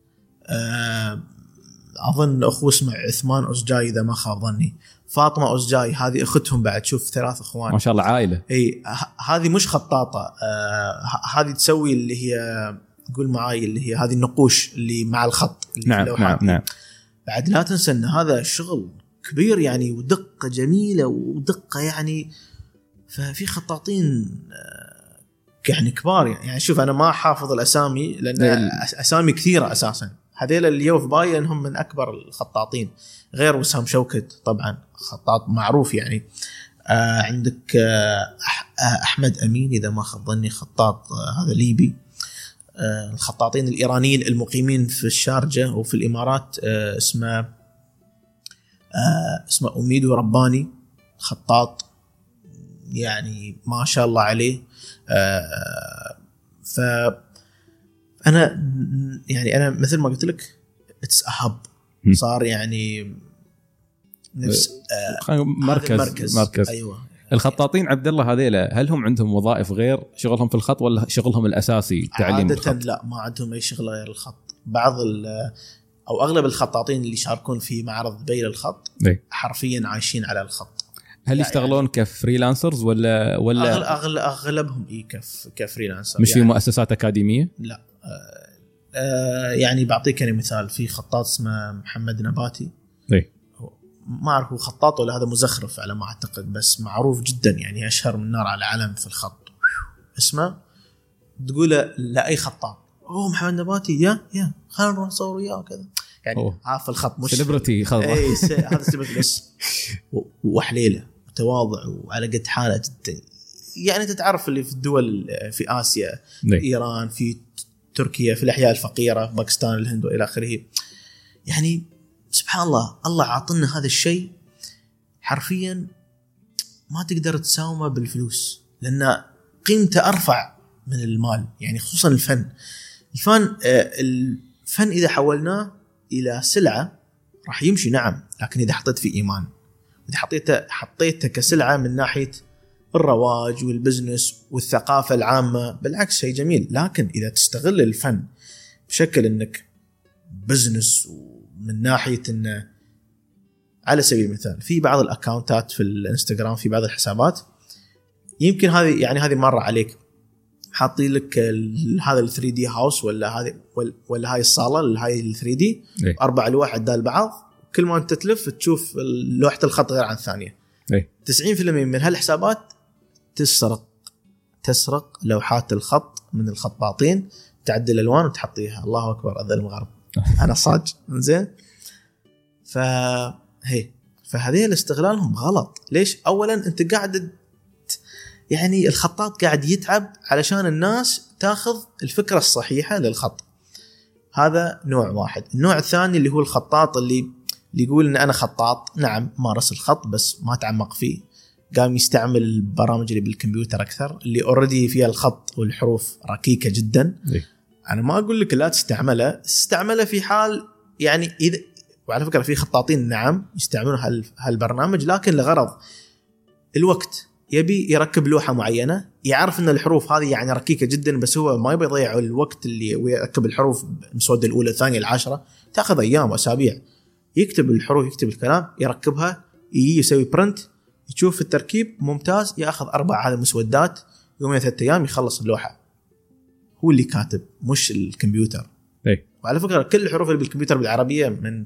أه أظن أخوه اسمه عثمان أسجاي إذا ما خاب ظني. فاطمة أسجاي هذه أختهم بعد، شوف ثلاث أخوان ما شاء الله عائلة. أي هذه مش خطاطة، أه هذه تسوي اللي هي قول معاي اللي هي هذه النقوش اللي مع الخط اللي نعم نعم نعم. بعد لا تنسى أن هذا شغل كبير يعني، ودقة جميلة ودقة يعني. ففي خطاطين يعني كبار يعني. شوف أنا ما حافظ الأسامي لأن أسامي كثيرة أساسا. هذيل اللي يوف باي أنهم من أكبر الخطاطين، غير وسام شوكت طبعا خطاط معروف يعني. آه عندك آه أحمد أمين إذا ما خاب ظني، خطاط آه هذا ليبي. آه الخطاطين الإيرانيين المقيمين في الشارجة وفي الإمارات آه اسمه آه اسمه أميدو رباني، خطاط يعني ما شاء الله عليه. آه فأنا يعني أنا مثل ما قلت لك it's a hub، صار يعني نفس آه مركز, مركز مركز أيوة. الخطاطين عبد الله هذيلا هل هم عندهم وظائف غير شغلهم في الخط ولا شغلهم الأساسي تعليم الخط؟ لا، ما عندهم أي شغل غير الخط. بعض أو أغلب الخطاطين اللي يشاركون في معرض دبي للخط دي. حرفيا عايشين على الخط. هل يشتغلون يعني كفريلانسرز ولا ولا أغل أغل أغلبهم إيه كف كفريلانسر؟ مش يعني في مؤسسات أكاديمية؟ لا. آه آه يعني بعطيك أنا مثال، في خطاط اسمه محمد نباتي. إيه. ما أعرف هو خطاط ولا هذا مزخرف على ما أعتقد، بس معروف جدا يعني، أشهر من نار على العالم في الخط. اسمه تقوله لأي خطاط أوه محمد نباتي، يا يا خلينا نروح نصور وياه كذا يعني. عارف الخط مش سيلبرتي خلاص. اي س... هذا سيلبرتي بس وحليله وتواضع وعلى قد حاله جدا يعني. تتعرف اللي في الدول في آسيا، ني. إيران، في تركيا، في الأحياء الفقيرة، باكستان، الهند وإلى آخره يعني. سبحان الله، الله عاطلنا هذا الشيء حرفيا ما تقدر تساومه بالفلوس، لأن قيمته أرفع من المال يعني، خصوصا الفن. الفن الفن إذا حولناه إلى سلعة راح يمشي نعم، لكن إذا حطيت فيه إيمان، إذا حطيته حطيته كسلعة من ناحية الرواج والبزنس والثقافة العامة، بالعكس شيء جميل. لكن إذا تستغل الفن بشكل إنك بزنس ومن ناحية إنه على سبيل المثال في بعض الاكونتات في الانستغرام، في بعض الحسابات يمكن هذه يعني هذه مره عليك، حاطين لك هذا ال ثري دي هاوس ولا هذه ولا هاي الصاله اللي هاي ال ثري دي إيه. اربع لوح عدال بعض، كل ما انت تلف تشوف لوحه الخط غير عن الثانيه. إيه. تسعين بالمئة من هالحسابات تسرق تسرق لوحات الخط من الخطاطين، تعدل الالوان وتحطيها. الله اكبر اذل المغرب. انا صاج زين. فهي فهذه استغلالهم غلط. ليش؟ اولا انت قاعد يعني الخطاط قاعد يتعب علشان الناس تاخذ الفكره الصحيحه للخط. هذا نوع واحد. النوع الثاني اللي هو الخطاط اللي اللي يقول ان انا خطاط، نعم مارس الخط بس ما تعمق فيه، قام يستعمل البرامج اللي بالكمبيوتر اكثر اللي اوريدي فيها الخط والحروف ركيكه جدا. إيه. انا ما اقول لك لا تستعمله، استعمله في حال يعني اذا، وعلى فكره في خطاطين نعم يستعملون هالبرنامج لكن لغرض الوقت، يبي يركب لوحه معينه، يعرف ان الحروف هذه يعني ركيكه جدا بس هو ما يبي يضيع الوقت اللي يركب الحروف مسوده الاولى الثانيه العاشره، تاخذ ايام واسابيع. يكتب الحروف يكتب الكلام يركبها، يجي يسوي برنت، يشوف التركيب ممتاز، ياخذ اربع هذه المسودات، يومين ثلاثة ايام يخلص اللوحه. هو اللي كاتب مش الكمبيوتر. اي. وعلى فكره كل الحروف اللي بالكمبيوتر بالعربيه من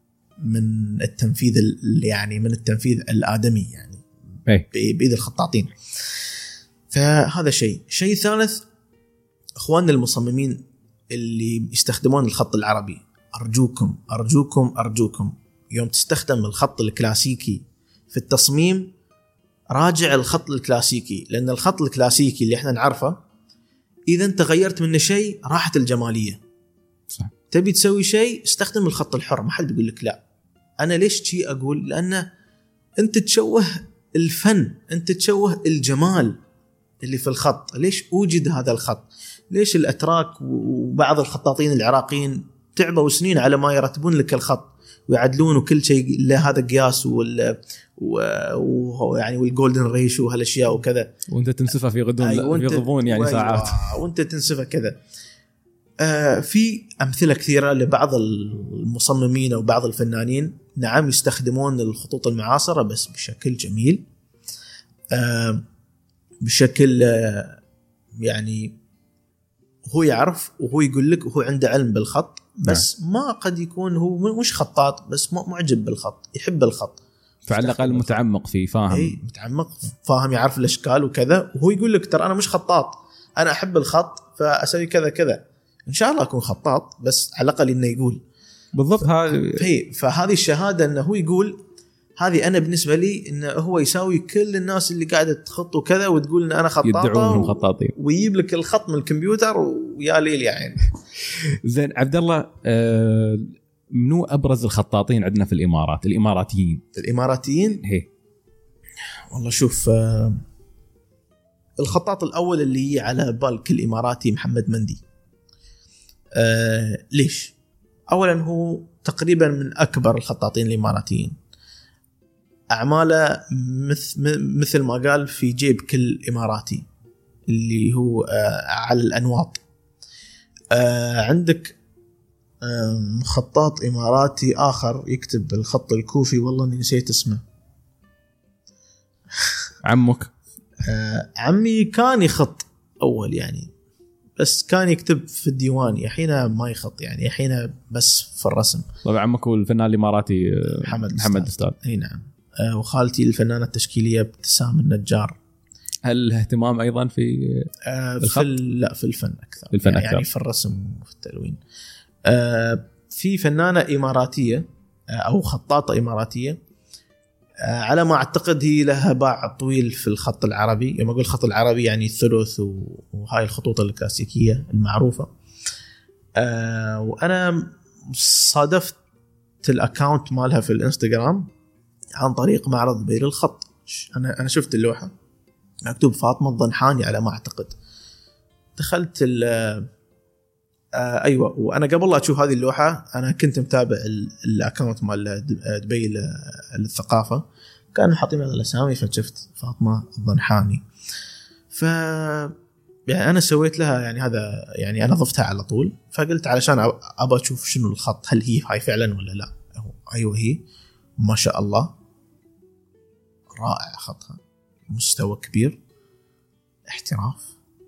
من التنفيذ يعني من التنفيذ الادمي يعني اي بايد الخطاطين. فهذا شيء. شيء ثالث، اخواننا المصممين اللي يستخدمون الخط العربي، ارجوكم ارجوكم ارجوكم يوم تستخدم الخط الكلاسيكي في التصميم راجع الخط الكلاسيكي، لان الخط الكلاسيكي اللي احنا نعرفه اذا انت غيرت منه شيء راحت الجماليه. صح. تبي تسوي شيء استخدم الخط الحر، ما حد بيقول لك لا. انا ليش شيء اقول؟ لان انت تشوه الفن، انت تشوه الجمال اللي في الخط. ليش اوجد هذا الخط؟ ليش الاتراك وبعض الخطاطين العراقيين تعبوا سنين على ما يرتبون لك الخط ويعدلون وكل شيء له هذا قياس وال ويعني والجولدن ريشيو وهالاشياء وكذا، وانت تنسفها في غضون أيوة في غضون يعني ساعات، وانت تنسفها كذا. آه في امثله كثيره لبعض المصممين او بعض الفنانين نعم يستخدمون الخطوط المعاصره بس بشكل جميل، آه بشكل آه يعني هو يعرف وهو يقول لك وهو عنده علم بالخط، بس نعم. ما قد يكون هو مش خطاط بس معجب بالخط، يحب الخط، فعلى الأقل متعمق فيه، فاهم. اي متعمق فاهم، يعرف الاشكال وكذا، وهو يقول لك ترى انا مش خطاط، انا احب الخط فاسوي كذا كذا. ان شاء الله اكون خطاط بس على الاقل انه يقول بالضبط. هي فهذه الشهاده انه هو يقول هذه انا بالنسبه لي انه هو يساوي كل الناس اللي قاعده تخط وكذا وتقول ان انا خطاطه خطاطين، ويجيب لك الخط من الكمبيوتر ويا ليل يا عين. زين عبد الله، آه منو ابرز الخطاطين عندنا في الامارات؟ الاماراتيين الاماراتيين هي والله شوف، آه الخطاط الاول اللي هي على بال كل اماراتي محمد مندي. آه ليش؟ اولا هو تقريبا من اكبر الخطاطين الاماراتيين، اعماله مثل مثل ما قال في جيب كل اماراتي اللي هو آه على الانواط. آه عندك آه خطاط اماراتي اخر يكتب بالخط الكوفي، والله اني نسيت اسمه. عمك؟ آه عمي كان يخط اول يعني، بس كان يكتب في الديواني، الحين ما يخط يعني، الحين بس في الرسم. طبعا عمك هو الفنان الاماراتي محمد محمد استاذ. اي نعم. آه وخالتي الفنانه التشكيليه ابتسام النجار. هل اهتمام ايضا في آه الخط؟ في لا في الفن اكثر، الفن يعني, أكثر. يعني في الرسم وفي التلوين. آه في فنانه اماراتيه آه او خطاطه اماراتيه آه على ما اعتقد هي لها باع طويل في الخط العربي. يوم اقول الخط العربي يعني الثلث وهاي الخطوط الكلاسيكيه المعروفه. آه وانا صادفت الاكاونت مالها في الانستغرام عن طريق معرض بير الخط. انا انا شفت اللوحه مكتوب فاطمه الضنحاني على ما اعتقد. دخلت ال آه ايوه، وانا قبل لا اشوف هذه اللوحه انا كنت متابع الاكونت مال دبي للثقافه، كانوا حاطين هذا الاسامي، فشفت فاطمه الضنحاني. ف يعني انا سويت لها يعني هذا يعني انا ضفتها على طول، فقلت علشان ابى اشوف شنو الخط، هل هي هاي فعلا ولا لا. ايوه هي، ما شاء الله رائع خطها، مستوى كبير، احتراف.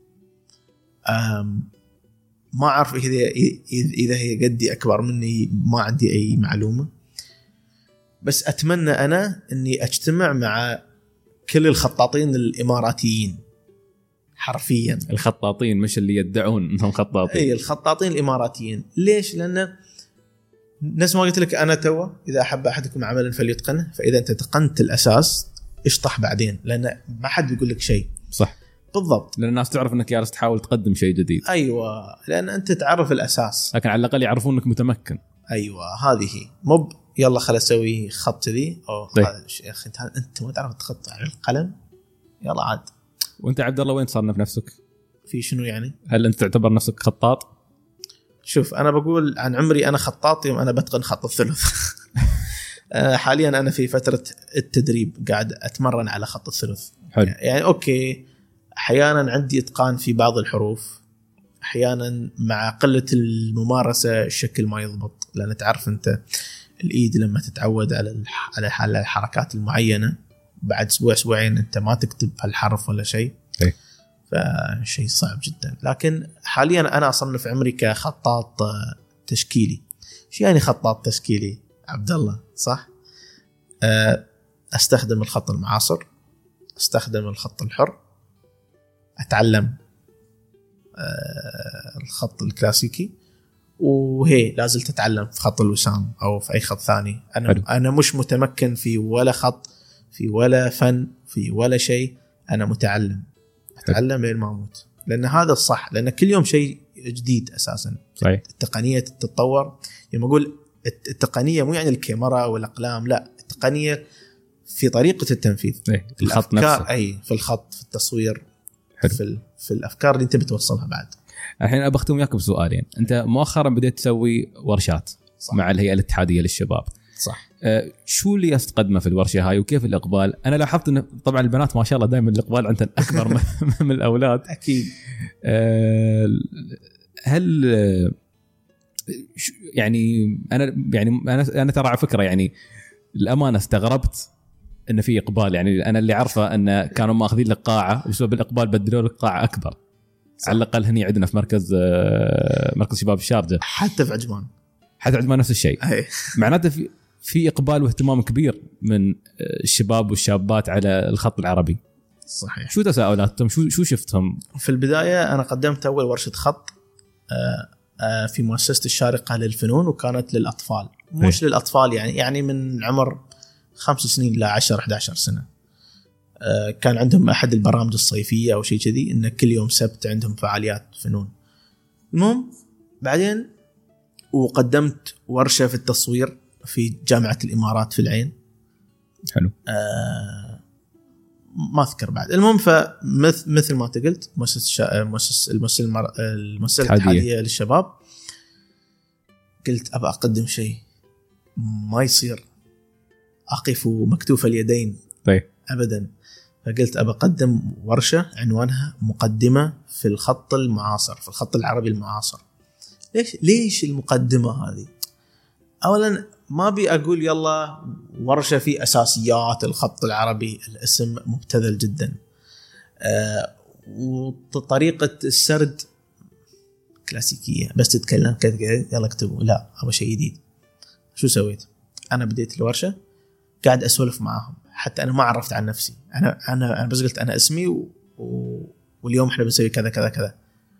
أم ما أعرف إذا إذا هي قدي أكبر مني، ما عندي أي معلومة، بس أتمنى أنا إني أجتمع مع كل الخطاطين الإماراتيين حرفيا. الخطاطين مش اللي يدعون انهم خطاطين. اي الخطاطين الاماراتيين. ليش؟ لان نفس ما قلت لك انا تو، اذا احب احدكم عملا فليتقنه، فاذا انت تقنت الاساس اشطح بعدين، لان ما حد بيقول لك شيء. صح بالضبط، لان الناس تعرف انك جالس تحاول تقدم شيء جديد. ايوه، لان انت تعرف الاساس، لكن على الاقل يعرفون انك متمكن. ايوه هذه مو يلا خل اسوي خط ذي او يا اخي انت ما تعرف تخط على القلم، يلا عاد. وانت عبد الله وين تصنف نفسك؟ في شنو يعني؟ هل انت تعتبر نفسك خطاط؟ شوف انا بقول عن عمري انا خطاط يوم انا بتقن خط الثلث. حاليا انا في فتره التدريب قاعد اتمرن على خط الثلث. حلو. يعني اوكي احيانا عندي اتقان في بعض الحروف، احيانا مع قله الممارسه الشكل ما يضبط، لان تعرف انت الايد لما تتعود على على الحركات المعينه بعد اسبوع اسبوعين انت ما تكتب هالحرف ولا شيء، فشيء صعب جدا. لكن حاليا انا اصنف عمري كخطاط تشكيلي. شو يعني خطاط تشكيلي عبد الله؟ صح، استخدم الخط المعاصر، استخدم الخط الحر، اتعلم الخط الكلاسيكي، وهي لازل تتعلم في خط الوسام او في اي خط ثاني. انا حلو. انا مش متمكن في ولا خط، في ولا فن، في ولا شيء. انا متعلم اتعلم لين ما اموت، لان هذا الصح، لان كل يوم شيء جديد اساسا. صحيح. التقنيه تتطور. لما اقول التقنيه مو يعني الكاميرا والاقلام، لا، التقنيه في طريقه التنفيذ، في الخط نفسه، اي في الخط، في التصوير، حلو. في في الافكار اللي انت بتوصلها بعد. الحين ابى اختم وياك بسؤالين. انت مؤخرا بديت تسوي ورشات صح. مع الهيئه الاتحاديه للشباب. صح. أه شو اللي يستقدمه في الورشه هاي وكيف الاقبال؟ انا لاحظت ان طبعا البنات ما شاء الله دائما الاقبال عندهم اكبر من الاولاد. اكيد. أه هل يعني انا يعني انا انا ترى على فكره يعني الامانه استغربت ان في اقبال. يعني انا اللي عارفه ان كانوا ماخذين لك قاعه وبسبب الاقبال بدلوا لك قاعه اكبر. صح. على الاقل هني عندنا في مركز مركز شباب الشارجه، حتى في عجمان، حتى عجمان نفس الشيء. معناته في في اقبال واهتمام كبير من الشباب والشابات على الخط العربي. صحيح. شو تساؤلاتهم؟ شو شو شفتهم؟ في البدايه انا قدمت اول ورشه خط في مؤسسه الشارقه للفنون، وكانت للاطفال، مش هي. للاطفال يعني يعني من عمر خمس سنين ل عشرة إحدى عشرة سنه. كان عندهم احد البرامج الصيفيه او شيء كذي، ان كل يوم سبت عندهم فعاليات فنون. المهم بعدين وقدمت ورشه في التصوير في جامعه الامارات في العين. حلو. آه ما اذكر بعد. المهم فمثل مثل ما قلت مؤسسه شا... مؤسسه المؤسسه المر... المؤسسه الاتحاديه للشباب، قلت ابى اقدم شيء ما يصير اقف مكتوف اليدين. طيب. ابدا. فقلت ابى اقدم ورشه عنوانها مقدمه في الخط المعاصر، في الخط العربي المعاصر. ليش ليش المقدمه هذه؟ اولا ما بي اقول يلا ورشه في اساسيات الخط العربي، الاسم مبتذل جدا. أه وطريقه السرد كلاسيكيه، بس تتكلم كذا يلا اكتبوا. لا، ابغى شيء جديد. شو سويت؟ انا بديت الورشه قاعد اسولف معاهم، حتى انا ما عرفت عن نفسي. انا انا انا بس قلت انا اسمي و... و... واليوم احنا بنسوي كذا كذا كذا.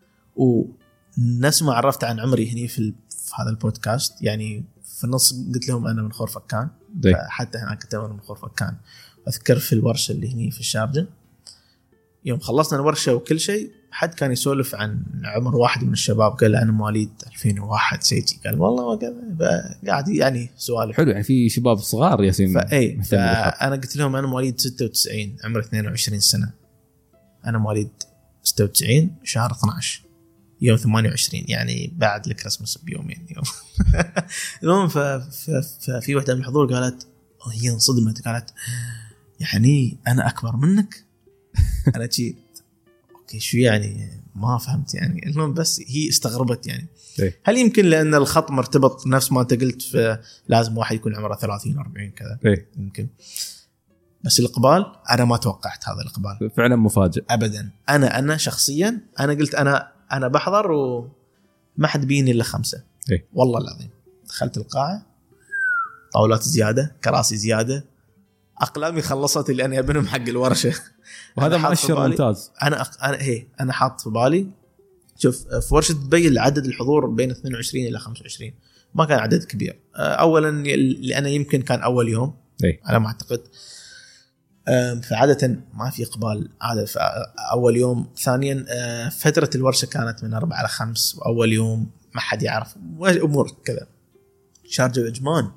وناس ما عرفت عن عمري هني في, ال... في هذا البودكاست. يعني في النص قلت لهم انا من خورفكان، حتى هناك كتبوا انا من خورفكان. اذكر في الورشه اللي هني في الشارجه، يوم خلصنا الورشه وكل شيء، حد كان يسولف عن عمر واحد من الشباب، قال انا مواليد ألفين وواحد شيء، قال والله ما قاعد يعني سؤال حلو. يعني في شباب صغار ياسين. فاي فانا قلت لهم انا مواليد ستة وتسعين، عمري اثنين وعشرين سنه. انا مواليد ستة وتسعين شهر اثنا عشر يوم ثمانية وعشرين، يعني بعد الكريسماس بيومين يوم. المهم ففي واحده من الحضور قالت، هي انصدمت، قالت يعني انا اكبر منك؟ انا جيت اوكي شو يعني ما فهمت يعني. المهم بس هي استغربت يعني إيه؟ هل يمكن لأن الخط مرتبط نفس ما أنت قلت فلازم واحد يكون عمره ثلاثين أربعين كذا. إيه؟ يمكن. بس الإقبال أنا ما توقعت هذا الإقبال فعلا مفاجئ أبدا. أنا أنا شخصيا أنا قلت أنا أنا بحضر وما حد بيني إلا خمسة. إيه؟ والله العظيم دخلت القاعة طاولات زيادة كراسي زيادة أقلامي خلصت اللي أنا أبنهم حق الورشة. وهذا مؤشر ممتاز. أنا أق... أنا هي أنا حاط في بالي شوف في ورشة دبي عدد الحضور بين اثنين وعشرين إلى خمسة وعشرين ما كان عدد كبير. أولا لأنه يمكن كان أول يوم إيه؟ على ما أعتقد فعادة ما في إقبال عادة في أول يوم. ثانيا فترة الورشة كانت من أربعة إلى خمس وأول يوم ما حد يعرف أمور كذا. شارجة وعجمان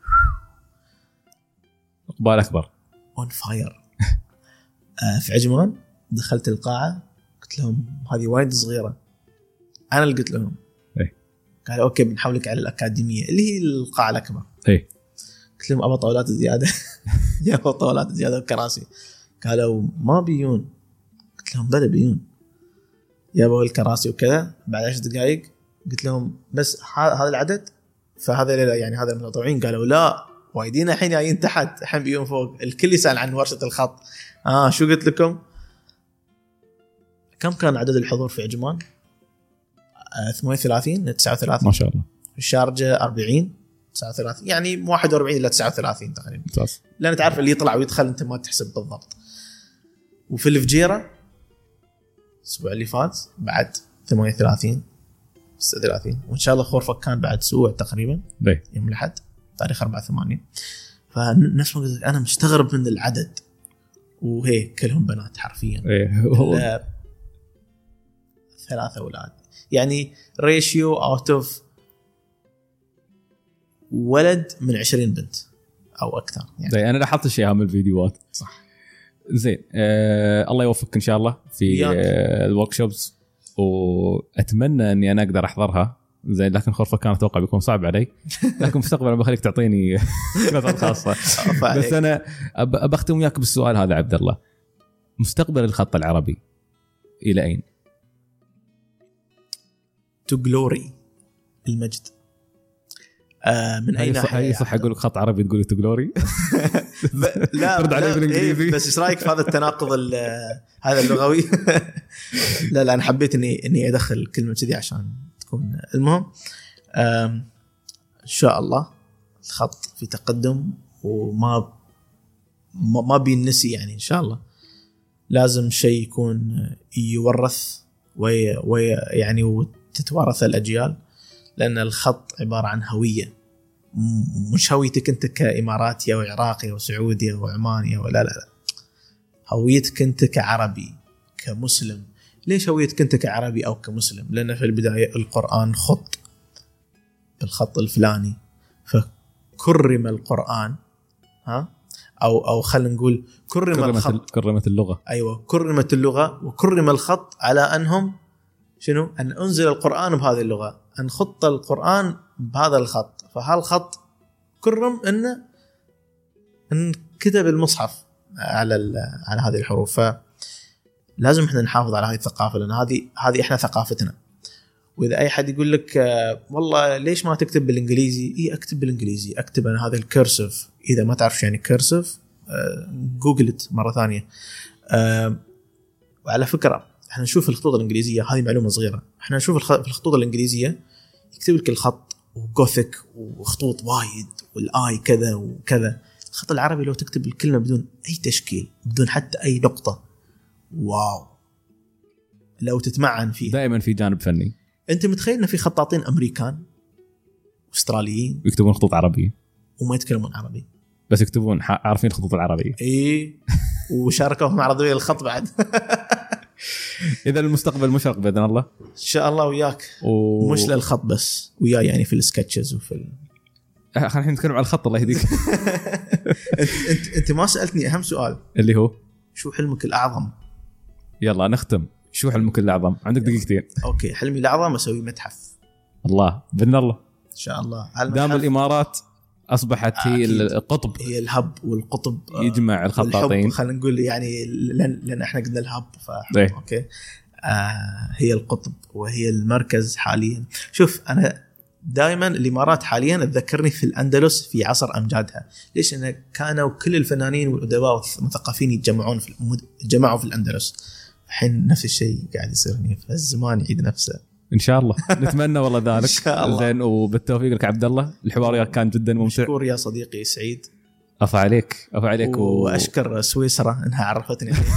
إقبال أكبر on fire. في عجمان دخلت القاعة قلت لهم هذه وايد صغيرة. أنا اللي قلت لهم إيه؟ قالوا أوكي بنحولك على الأكاديمية اللي هي القاعة الأكبر. إيه؟ قلت لهم أبغى طاولات زيادة. يا أبغى طاولات زيادة وكراسي. قالوا ما بيون. قلت لهم بلا بيون يا أبغى الكراسي وكذا. بعد عشر دقائق قلت لهم بس هذا العدد فهذا يعني هذا المتطوعين. قالوا لا وايدين الحين جايين تحت الحين بيون فوق. الكل يسأل عن ورشة الخط. آه شو قلت لكم. كم كان عدد الحضور في عجمان؟ آه ثمانية وثلاثين تسعة وثلاثين ما شاء الله. في الشارجة أربعين تسعة وثلاثين يعني واحد وأربعين إلى تسعة وثلاثين تقريبا. ممتاز. لأن تعرف اللي يطلع ويدخل أنت ما تحسب بالضبط. وفي الفجيرة الأسبوع اللي فات بعد ثمانية وثلاثين ستة وثلاثين وإن شاء الله خورفك كان بعد أسبوع تقريبا بي. يوم الأحد تاريخ أربعة ثمانية. فنفس ما قلت أنا مستغرب من العدد وهي كلهم بنات حرفيا. إيه. ثلاثة أولاد يعني ريشيو أوت أوف ولد من عشرين بنت أو أكثر يعني. أنا لاحظت شيء من الفيديوهات. صح. زين آه الله يوفقك إن شاء الله في آه الوركشوبس وأتمنى أني أنا أقدر أحضرها. زين لكن خرفة كانت أتوقع بيكون صعب علي لكن مستقبلا بخليك تعطيني نظرة خاصة. بس أنا أبختم وياك بالسؤال هذا عبد الله. مستقبل الخط العربي إلى أين؟ to glory المجد. آه من أي ناحية؟ هاي صح أقول خط عربي تقولي to glory؟ لا ترد عليه بالإنجليزي. بس إيش رأيك في هذا التناقض هذا اللغوي؟ لا لا أنا حبيت إني إني أدخل كلمة كذي عشان تكون. المهم إن شاء الله الخط في تقدم وما ما بينسي يعني. إن شاء الله لازم شيء يكون يورث وي وي يعني وتتوارث الأجيال لأن الخط عبارة عن هوية مش هويتك أنت كإماراتي أو عراقي أو سعودي أو عماني ولا لا لا هويتك أنت كعربي كمسلم. ليش هويتك أنت كعربي أو كمسلم؟ لأن في البداية القرآن خط بالخط الفلاني فكرم القرآن ها أو أو خلينا نقول كرم كرمت الخط. كرمت اللغة. أيوة كرمت اللغة وكرم الخط على أنهم شنو أن أنزل القرآن بهذه اللغة أن خط القرآن بهذا الخط. فهالخط كرم إنه إن كتب المصحف على على هذه الحروف. فلازم إحنا نحافظ على هذه الثقافة لأن هذه هذه إحنا ثقافتنا. وإذا أي حد يقول لك والله ليش ما تكتب بالإنجليزي؟ إيه أكتب بالإنجليزي أكتب أنا هذا الكيرسيف. إذا ما تعرف يعني كيرسيف جوجلت مرة ثانية. وعلى فكرة احنا نشوف الخطوط الإنجليزية هذه معلومة صغيرة. احنا نشوف الخطوط الإنجليزية يكتب لك الخط وجوثيك وخطوط وايد والآي كذا وكذا. الخط العربي لو تكتب الكلمة بدون أي تشكيل بدون حتى أي نقطة واو لو تتمعن فيه. دائما في جانب فني. أنت متخيل إن في خطاطين أمريكان أستراليين يكتبون خطوط عربية وما يتكلمون عربي بس يكتبون عارفين الخطوط العربية. إيه وشاركوا مع رضوية الخط بعد. إذا المستقبل مشرق بإذن الله إن شاء الله وياك و... مش للخط بس وياه يعني في السكتشز وفي ال... خلينا نتكلم على الخط الله يهديك. انت انت انت ما سألتني أهم سؤال اللي هو شو حلمك الأعظم؟ يلا نختم. شو حلمك الأعظم؟ عندك دقيقتين. أوكي حلمي الأعظم أسوي متحف. الله بإذن الله إن شاء الله. دام الإمارات أصبحت هي القطب هي الهب والقطب يجمع الخطاطين خلينا نقول يعني لأن, لأن إحنا قلنا الهب ف... أوكي آه هي القطب وهي المركز حاليا. شوف أنا دائما الإمارات حاليا تذكرني في الأندلس في عصر أمجادها. ليش؟ أنه كانوا كل الفنانين والأدباء والمثقفين يتجمعون في يتجمعوا في الأندلس. الحين نفس الشيء قاعد يصير هنا، فالزمان يعيد نفسه إن شاء الله. نتمنى والله ذلك. إن شاء الله. زين، وبالتوفيق لك عبد الله. الحوار كان جدا ممتع. مشكور يا صديقي سعيد. أفا عليك أفا عليك. وأشكر سويسرا إنها عرفتني عليك.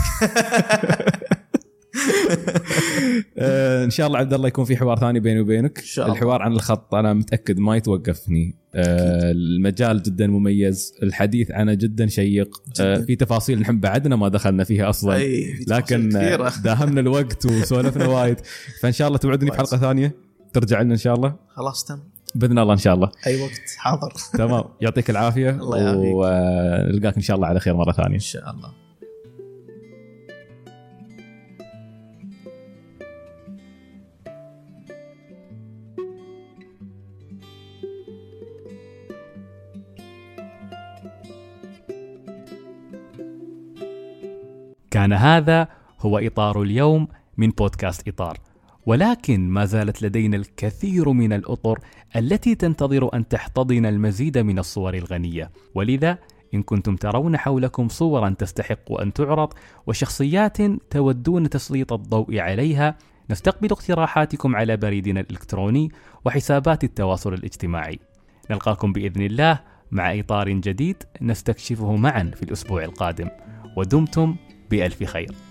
ان شاء الله عبد الله يكون في حوار ثاني بيني وبينك. الحوار عن الخط انا متاكد ما يتوقفني. آه المجال جدا مميز، الحديث عنه جدا شيق. جداً. آه في تفاصيل نحن بعدنا ما دخلنا فيها اصلا، لكن داهمنا الوقت وسولفنا وايد. فان شاء الله توعدني في حلقه ثانيه ترجع لنا ان شاء الله. خلاص تم باذن الله ان شاء الله اي وقت حاضر. تمام، يعطيك العافيه. الله يعافيك، ونلقاك ان شاء الله على خير مره ثانيه ان شاء الله. كان هذا هو إطار اليوم من بودكاست إطار، ولكن ما زالت لدينا الكثير من الأطر التي تنتظر أن تحتضن المزيد من الصور الغنية. ولذا إن كنتم ترون حولكم صورا تستحق أن تعرض وشخصيات تودون تسليط الضوء عليها، نستقبل اقتراحاتكم على بريدنا الإلكتروني وحسابات التواصل الاجتماعي. نلقاكم بإذن الله مع إطار جديد نستكشفه معا في الأسبوع القادم، ودمتم بألف خير.